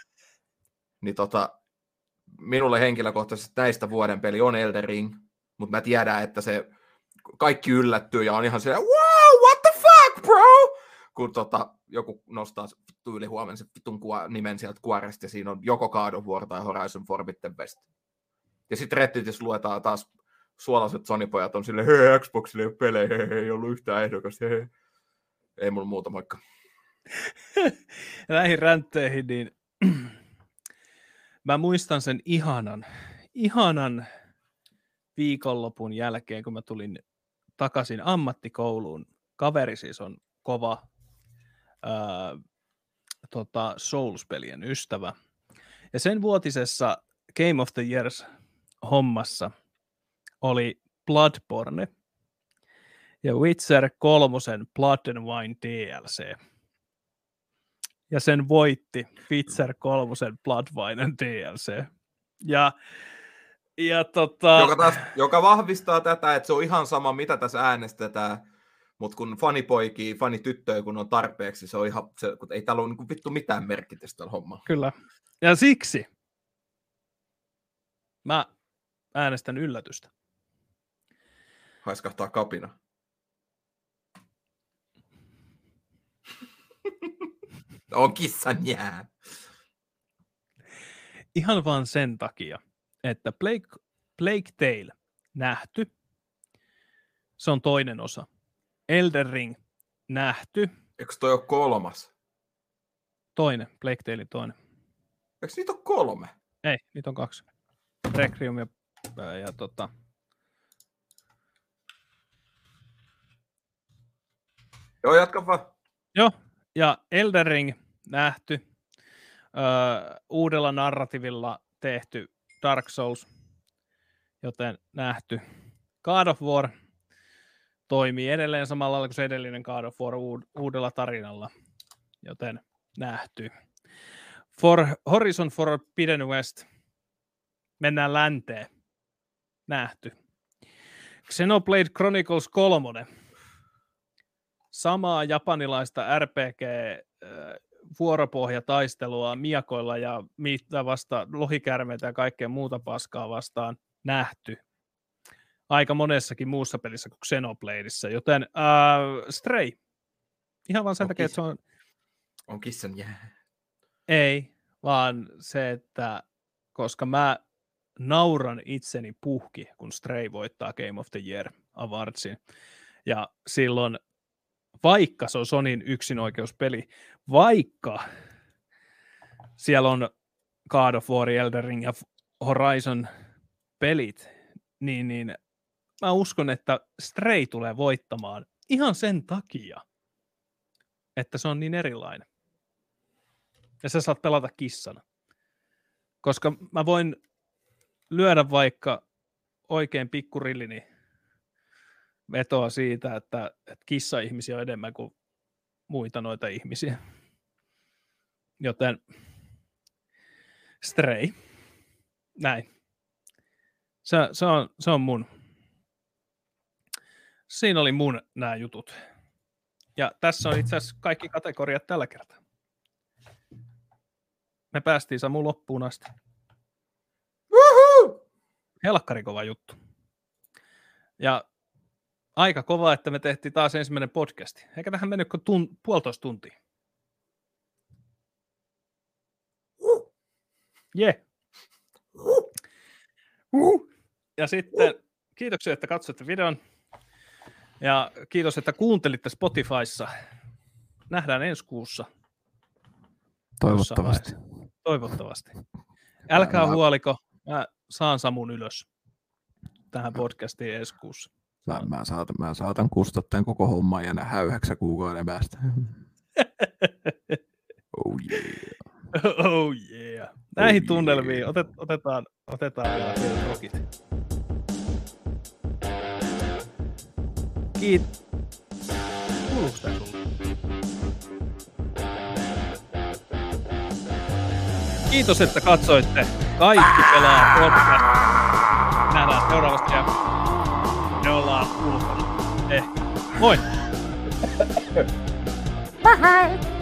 Niin tota, minulle henkilökohtaisesti näistä vuoden peli on Elden Ring, mutta mä tiedän, että se kaikki yllättyy ja on ihan se, wow, what the fuck, bro? Kun tota, joku nostaa vittu yli huomenna se vittun kuva, nimen sieltä kuoresta, ja siinä on joko God of War tai Horizon Forbidden West. Ja sitten Redditissä luetaan taas suolaiset Sony-pojat on silleen, hei, Xboxille ei ole pelejä, hei, hei, ei ollut yhtään ehdokas, hei. Ei mulla muuta moikka. Näihin räntteihin, niin mä muistan sen ihanan, ihanan viikonlopun jälkeen, kun mä tulin takaisin ammattikouluun. Kaveri siis on kova ää, tota Souls-pelien ystävä. Ja sen vuotisessa Game of the Years hommassa oli Bloodborne ja Witcher kolmosen Blood and Wine D L C. Ja sen voitti Witcher kolmosen Blood Wine and D L C. Ja, ja tota... joka, taas, joka vahvistaa tätä, että se on ihan sama, mitä tässä äänestetään, mutta kun fanipoikia, fanityttöjä, kun on tarpeeksi, se on ihan, se, kun ei täällä ole niin vittu mitään merkitystä tällä hommalla. Kyllä. Ja siksi mä äänestän yllätystä. Haiskahtaa kapina. On kissan jää. Ihan vaan sen takia, että Plague, Plague Tale nähty, se on toinen osa. Elden Ring nähty. Eikö toi ole kolmas? Toinen, Plague Tale toinen. Eikö niitä ole kolme? Ei, niitä on kaksi. Requiem ja, ja, ja tota... Joo, jatka vaan. Joo, ja Elden Ring nähty. Öö, uudella narrativilla tehty Dark Souls, joten nähty. God of War toimii edelleen samalla lailla kuin se edellinen God of War uudella tarinalla, joten nähty. For Horizon Forbidden West mennään länteen, nähty. Xenoblade Chronicles kolme, samaa japanilaista R P G-vuoropohjataistelua miakoilla ja mitä vasta lohikärmeitä ja kaikkea muuta paskaa vastaan nähty. Aika monessakin muussa pelissä kuin Xenobladeissa, joten uh, Stray. Ihan vaan sen on takia, kiss- että se on... On kissan jää. Ei, vaan se, että koska mä nauran itseni puhki, kun Stray voittaa Game of the Year Awardsin. Ja silloin, vaikka se on Sonyn yksinoikeuspeli, vaikka siellä on God of War, Elden Ring ja Horizon pelit, niin, niin mä uskon, että Stray tulee voittamaan ihan sen takia, että se on niin erilainen. Ja sä saat pelata kissana. Koska mä voin lyödä vaikka oikein pikkurillini vetoa siitä, että, että kissa-ihmisiä on enemmän kuin muita noita ihmisiä. Joten Stray. Näin. Se, se, on, se on mun. Siinä oli mun nämä jutut. Ja tässä on itse asiassa kaikki kategoriat tällä kertaa. Me päästiin Samu loppuun asti. Woohoo! Helkkari kova juttu. Ja aika kova, että me tehtiin taas ensimmäinen podcasti. Eikä tähän mennyt kuin tun, puolitoista tuntia. Jee. Yeah. Uh. Ja sitten kiitoksia, että katsoitte videon. Ja kiitos, että kuuntelitte Spotifyssa. Nähdään ensi kuussa. Toivottavasti. Toivottavasti. Älkää mä, huoliko, mä saan Samun ylös tähän podcastiin ensi kuussa. Mä, mä, saatan, mä saatan kustaa tämän koko homman ja nähdään yhdeksän kuukauden päästä. Oh yeah. Oh yeah. Näihin oh tunnelmiin yeah. Otet, otetaan, otetaan vielä pienet rokit. Kiit. Kuuluuko tää sulle? Kiitos, että katsoitte. Kaikki pelaa podcast. Nähdään seuraavasti ja me ollaan ulkona. Ehkä. Moi! Bye!